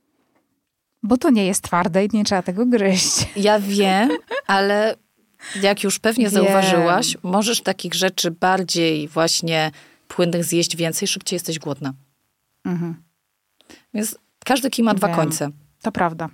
Speaker 1: Bo to nie jest twarde i nie trzeba tego gryźć.
Speaker 2: Ja wiem, ale jak już pewnie zauważyłaś, możesz takich rzeczy bardziej właśnie płynnych zjeść więcej, szybciej jesteś głodna. Więc każdy kij ma 2 końce.
Speaker 1: To prawda.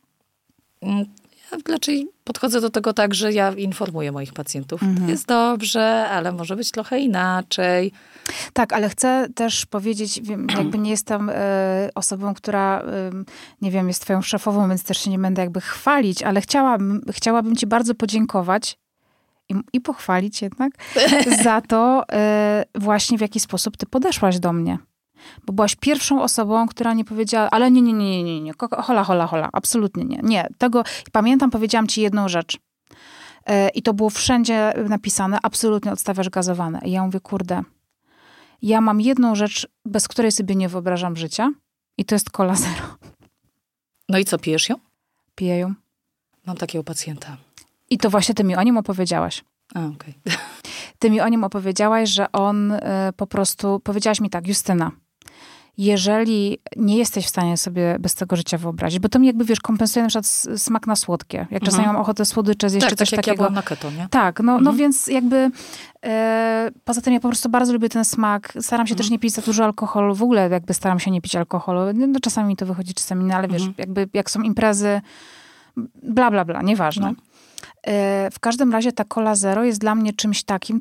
Speaker 2: Ja raczej podchodzę do tego tak, że ja informuję moich pacjentów. To jest dobrze, ale może być trochę inaczej.
Speaker 1: Tak, ale chcę też powiedzieć, jakby nie jestem osobą, która, nie wiem, jest twoją szefową, więc też się nie będę jakby chwalić, ale chciałabym ci bardzo podziękować i pochwalić jednak za to właśnie, w jaki sposób ty podeszłaś do mnie. Bo byłaś pierwszą osobą, która nie powiedziała, ale nie, hola, absolutnie nie. Nie, tego, pamiętam, powiedziałam ci jedną rzecz. I to było wszędzie napisane, absolutnie odstawiasz gazowane. I ja mówię, kurde, ja mam jedną rzecz, bez której sobie nie wyobrażam życia i to jest Cola Zero.
Speaker 2: No i co, pijesz ją?
Speaker 1: Piję ją.
Speaker 2: Mam takiego pacjenta.
Speaker 1: I to właśnie ty mi o nim opowiedziałaś.
Speaker 2: Okej.
Speaker 1: Ty mi o nim opowiedziałaś, że on po prostu... Powiedziałaś mi tak, Justyna, jeżeli nie jesteś w stanie sobie bez tego życia wyobrazić, bo to mi jakby, wiesz, kompensuje na przykład smak na słodkie. Jak czasami mam ochotę słodycze zjeść,
Speaker 2: tak,
Speaker 1: czy coś
Speaker 2: tak jak
Speaker 1: takiego.
Speaker 2: Ja byłam na keto, nie?
Speaker 1: Tak, no więc jakby poza tym ja po prostu bardzo lubię ten smak. Staram się też nie pić za dużo alkoholu. W ogóle jakby staram się nie pić alkoholu. No, czasami mi to wychodzi, czasami nie, ale wiesz, jakby jak są imprezy, bla, bla, bla, nieważne.
Speaker 2: No.
Speaker 1: W każdym razie ta Cola Zero jest dla mnie czymś takim,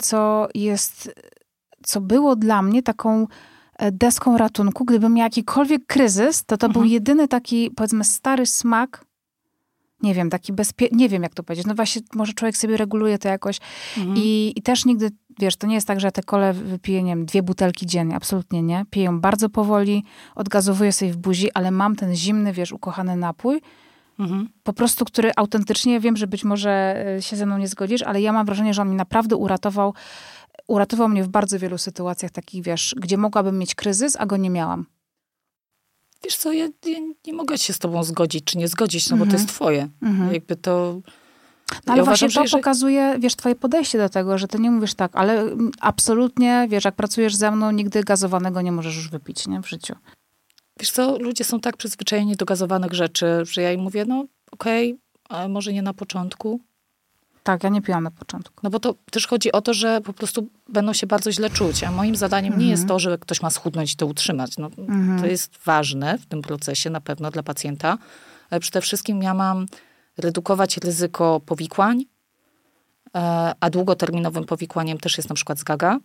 Speaker 1: co było dla mnie taką deską ratunku. Gdybym miał jakikolwiek kryzys, to był jedyny taki, powiedzmy, stary smak. Nie wiem, taki nie wiem, jak to powiedzieć. No właśnie, może człowiek sobie reguluje to jakoś. I też nigdy, wiesz, to nie jest tak, że ja tę kolę wypiję, nie wiem, 2 butelki dziennie. Absolutnie nie. Piję ją bardzo powoli, odgazowuję sobie w buzi, ale mam ten zimny, wiesz, ukochany napój. Po prostu, który autentycznie, wiem, że być może się ze mną nie zgodzisz, ale ja mam wrażenie, że on mi naprawdę uratował mnie w bardzo wielu sytuacjach takich, wiesz, gdzie mogłabym mieć kryzys, a go nie miałam.
Speaker 2: Wiesz co, ja nie mogę się z tobą zgodzić, czy nie zgodzić, no bo to jest twoje. Jakby to...
Speaker 1: No ale ja właśnie uważam, to pokazuje, wiesz, twoje podejście do tego, że ty nie mówisz tak, ale absolutnie, wiesz, jak pracujesz ze mną, nigdy gazowanego nie możesz już wypić, nie, w życiu.
Speaker 2: Wiesz co, ludzie są tak przyzwyczajeni do gazowanych rzeczy, że ja im mówię, no okej, ale może nie na początku.
Speaker 1: Tak, ja nie piłam na początku.
Speaker 2: No bo to też chodzi o to, że po prostu będą się bardzo źle czuć. A moim zadaniem nie jest to, że ktoś ma schudnąć i to utrzymać. No, to jest ważne w tym procesie na pewno dla pacjenta. Ale przede wszystkim ja mam redukować ryzyko powikłań, a długoterminowym powikłaniem też jest na przykład zgaga.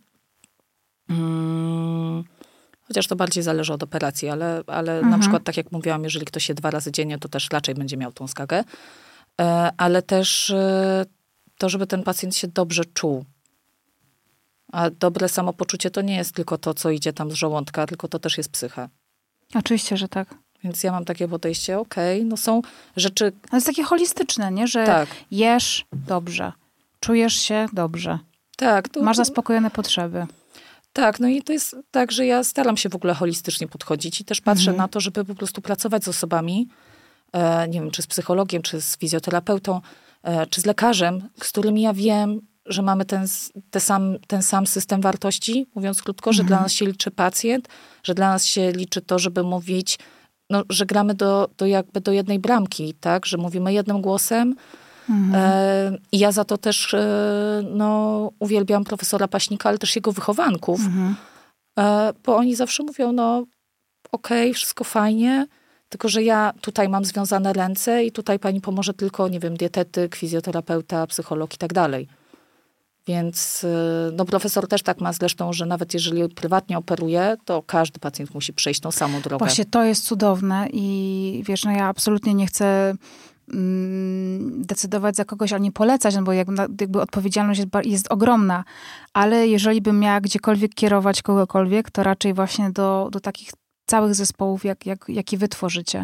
Speaker 2: Chociaż to bardziej zależy od operacji, ale na przykład tak jak mówiłam, jeżeli ktoś je 2 razy dziennie, to też raczej będzie miał tą zgagę. Ale też to, żeby ten pacjent się dobrze czuł. A dobre samopoczucie to nie jest tylko to, co idzie tam z żołądka, tylko to też jest psycha.
Speaker 1: Oczywiście, że tak.
Speaker 2: Więc ja mam takie podejście, no są rzeczy...
Speaker 1: Ale to jest takie holistyczne, nie? Że
Speaker 2: tak.
Speaker 1: Jesz dobrze, czujesz się dobrze.
Speaker 2: Tak.
Speaker 1: Masz zaspokojone potrzeby.
Speaker 2: Tak, no i to jest tak, że ja staram się w ogóle holistycznie podchodzić i też patrzę na to, żeby po prostu pracować z osobami, nie wiem, czy z psychologiem, czy z fizjoterapeutą, czy z lekarzem, z którymi ja wiem, że mamy ten sam system wartości, mówiąc krótko, że dla nas się liczy pacjent, że dla nas się liczy to, żeby mówić, no, że gramy do jednej bramki, tak, że mówimy jednym głosem. I ja za to też uwielbiam profesora Paśnika, ale też jego wychowanków, bo oni zawsze mówią, no okej, wszystko fajnie, tylko że ja tutaj mam związane ręce i tutaj pani pomoże tylko, nie wiem, dietetyk, fizjoterapeuta, psycholog i tak dalej. Więc no profesor też tak ma zresztą, że nawet jeżeli prywatnie operuje, to każdy pacjent musi przejść tą samą drogę.
Speaker 1: Właśnie to jest cudowne i wiesz, no ja absolutnie nie chcę decydować za kogoś, ale nie polecać, no bo jakby odpowiedzialność jest ogromna, ale jeżeli bym miała gdziekolwiek kierować kogokolwiek, to raczej właśnie do takich całych zespołów, jaki wy tworzycie.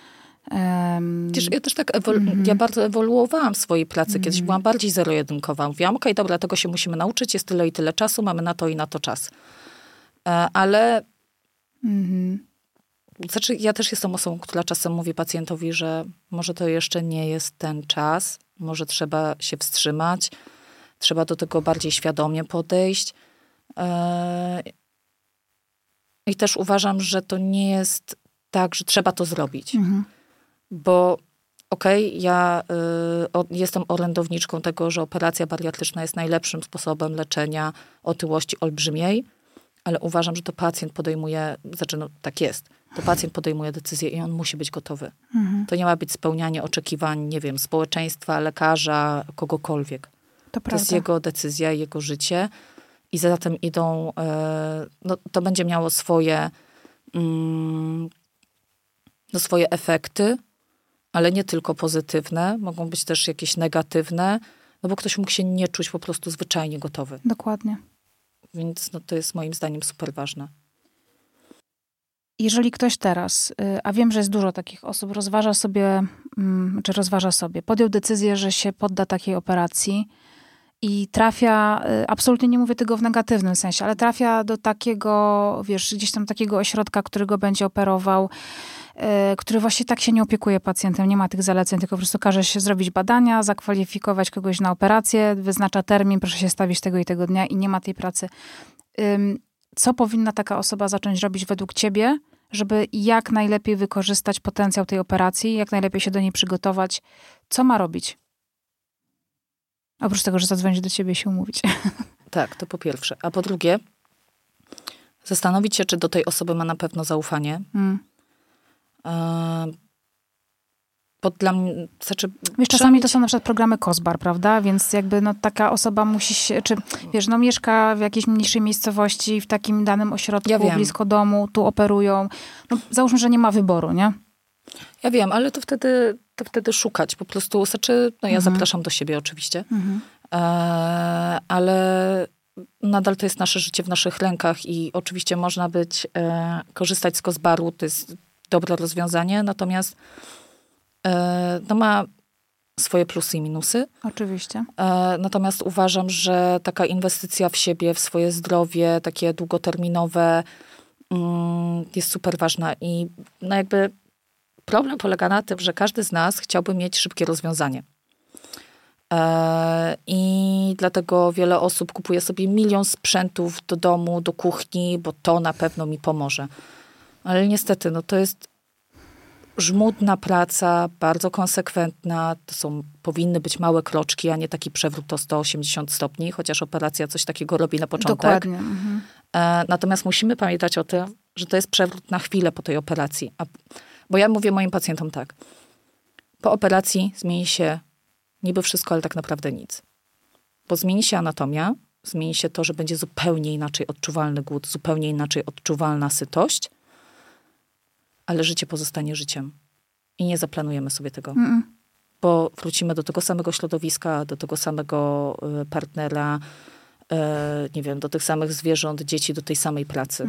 Speaker 2: Ja też tak ja bardzo ewoluowałam w swojej pracy. Kiedyś byłam bardziej zero-jedynkowa. Mówiłam, okej, dobra, tego się musimy nauczyć, jest tyle i tyle czasu, mamy na to i na to czas. Ale znaczy, ja też jestem osobą, która czasem mówi pacjentowi, że może to jeszcze nie jest ten czas, może trzeba się wstrzymać, trzeba do tego bardziej świadomie podejść. I też uważam, że to nie jest tak, że trzeba to zrobić. Bo ja jestem orędowniczką tego, że operacja bariatryczna jest najlepszym sposobem leczenia otyłości olbrzymiej, ale uważam, że to pacjent podejmuje, tak jest, to pacjent podejmuje decyzję i on musi być gotowy. To nie ma być spełnianie oczekiwań, nie wiem, społeczeństwa, lekarza, kogokolwiek. To jest jego decyzja, jego życie i za tym idą, to będzie miało swoje efekty, ale nie tylko pozytywne, mogą być też jakieś negatywne, no bo ktoś mógł się nie czuć po prostu zwyczajnie gotowy.
Speaker 1: Dokładnie.
Speaker 2: Więc to jest moim zdaniem super ważne.
Speaker 1: jeżeli ktoś teraz, a wiem, że jest dużo takich osób, podjął decyzję, że się podda takiej operacji i trafia, absolutnie nie mówię tego w negatywnym sensie, ale trafia do takiego, wiesz, gdzieś tam takiego ośrodka, który go będzie operował, który właśnie tak się nie opiekuje pacjentem, nie ma tych zaleceń, tylko po prostu każe się zrobić badania, zakwalifikować kogoś na operację, wyznacza termin, proszę się stawić tego i tego dnia i nie ma tej pracy. Co powinna taka osoba zacząć robić według ciebie, żeby jak najlepiej wykorzystać potencjał tej operacji, jak najlepiej się do niej przygotować? Co ma robić? Oprócz tego, że zadzwonić do ciebie i się umówić.
Speaker 2: Tak, to po pierwsze. A po drugie, zastanowić się, czy do tej osoby ma na pewno zaufanie. Bo dla mnie,
Speaker 1: wiesz, czasami to są na przykład programy COSBAR, prawda? Więc jakby taka osoba musi się, czy wiesz, mieszka w jakiejś mniejszej miejscowości, w takim danym ośrodku, blisko domu, tu operują. Załóżmy, że nie ma wyboru, nie?
Speaker 2: Ja wiem, ale to wtedy szukać po prostu. Ja zapraszam do siebie oczywiście, ale nadal to jest nasze życie w naszych rękach i oczywiście można korzystać z COSBAR-u, to jest dobre rozwiązanie, natomiast ma swoje plusy i minusy.
Speaker 1: Oczywiście.
Speaker 2: Natomiast uważam, że taka inwestycja w siebie, w swoje zdrowie, takie długoterminowe jest super ważna i jakby problem polega na tym, że każdy z nas chciałby mieć szybkie rozwiązanie. I dlatego wiele osób kupuje sobie 1 000 000 sprzętów do domu, do kuchni, bo to na pewno mi pomoże. Ale niestety, to jest żmudna praca, bardzo konsekwentna. Powinny być małe kroczki, a nie taki przewrót o 180 stopni, chociaż operacja coś takiego robi na początek.
Speaker 1: Dokładnie.
Speaker 2: Natomiast musimy pamiętać o tym, że to jest przewrót na chwilę po tej operacji. Bo ja mówię moim pacjentom tak. Po operacji zmieni się niby wszystko, ale tak naprawdę nic. Bo zmieni się anatomia, zmieni się to, że będzie zupełnie inaczej odczuwalny głód, zupełnie inaczej odczuwalna sytość, ale życie pozostanie życiem. I nie zaplanujemy sobie tego. Bo wrócimy do tego samego środowiska, do tego samego partnera, nie wiem, do tych samych zwierząt, dzieci, do tej samej pracy.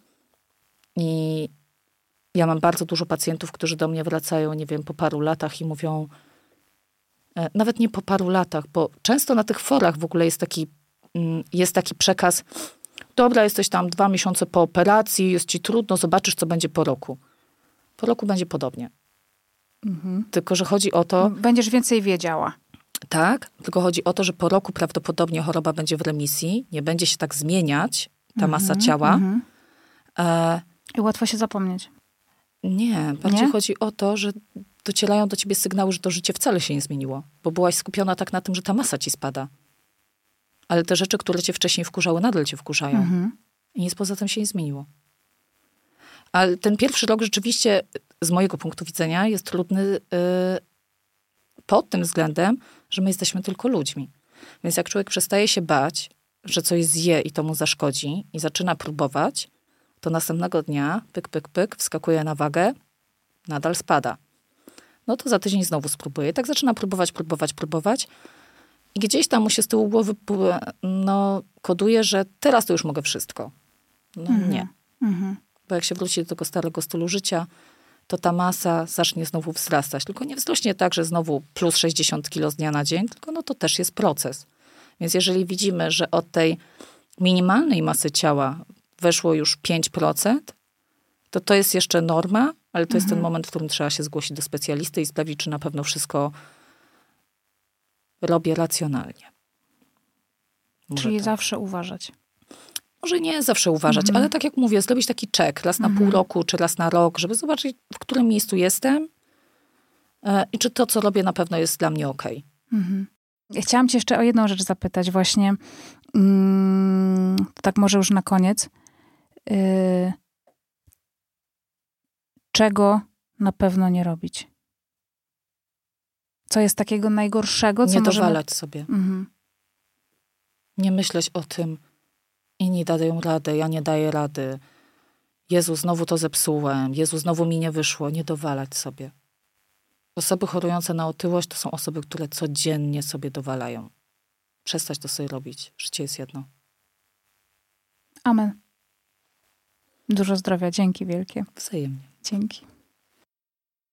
Speaker 2: I ja mam bardzo dużo pacjentów, którzy do mnie wracają, nie wiem, po paru latach i mówią, nawet nie po paru latach, bo często na tych forach w ogóle jest taki przekaz, dobra, jesteś tam 2 miesiące po operacji, jest ci trudno, zobaczysz, co będzie po roku. Po roku będzie podobnie. Tylko, że chodzi o to...
Speaker 1: Będziesz więcej wiedziała.
Speaker 2: Tak, tylko chodzi o to, że po roku prawdopodobnie choroba będzie w remisji, nie będzie się tak zmieniać ta masa ciała.
Speaker 1: I łatwo się zapomnieć.
Speaker 2: Nie, bardziej chodzi o to, że docierają do ciebie sygnały, że to życie wcale się nie zmieniło. Bo byłaś skupiona tak na tym, że ta masa ci spada. Ale te rzeczy, które cię wcześniej wkurzały, nadal cię wkurzają. I nic poza tym się nie zmieniło. Ale ten pierwszy rok rzeczywiście, z mojego punktu widzenia, jest trudny pod tym względem, że my jesteśmy tylko ludźmi. Więc jak człowiek przestaje się bać, że coś zje i to mu zaszkodzi i zaczyna próbować, to następnego dnia, pyk, pyk, pyk, wskakuje na wagę, nadal spada. No to za tydzień znowu spróbuje. Tak zaczyna próbować. I gdzieś tam mu się z tyłu głowy koduje, że teraz to już mogę wszystko. Nie. Bo jak się wróci do tego starego stylu życia, to ta masa zacznie znowu wzrastać. Tylko nie wzrośnie tak, że znowu plus 60 kilo z dnia na dzień, tylko to też jest proces. Więc jeżeli widzimy, że od tej minimalnej masy ciała weszło już 5%, to jest jeszcze norma, ale to jest ten moment, w którym trzeba się zgłosić do specjalisty i sprawdzić, czy na pewno wszystko robię racjonalnie.
Speaker 1: Czyli zawsze uważać.
Speaker 2: Może nie zawsze uważać, ale tak jak mówię, zrobić taki check raz na pół roku, czy raz na rok, żeby zobaczyć, w którym miejscu jestem i czy to, co robię, na pewno jest dla mnie okej.
Speaker 1: Ja chciałam cię jeszcze o jedną rzecz zapytać właśnie. Tak może już na koniec. Czego na pewno nie robić? Co jest takiego najgorszego? Co
Speaker 2: nie dowalać sobie. Nie myśleć o tym, inni dają radę, ja nie daję rady. Jezu, znowu to zepsułem. Jezu, znowu mi nie wyszło. Nie dowalać sobie. Osoby chorujące na otyłość to są osoby, które codziennie sobie dowalają. Przestać to sobie robić. Życie jest jedno.
Speaker 1: Amen. Dużo zdrowia. Dzięki wielkie.
Speaker 2: Wzajemnie.
Speaker 1: Dzięki.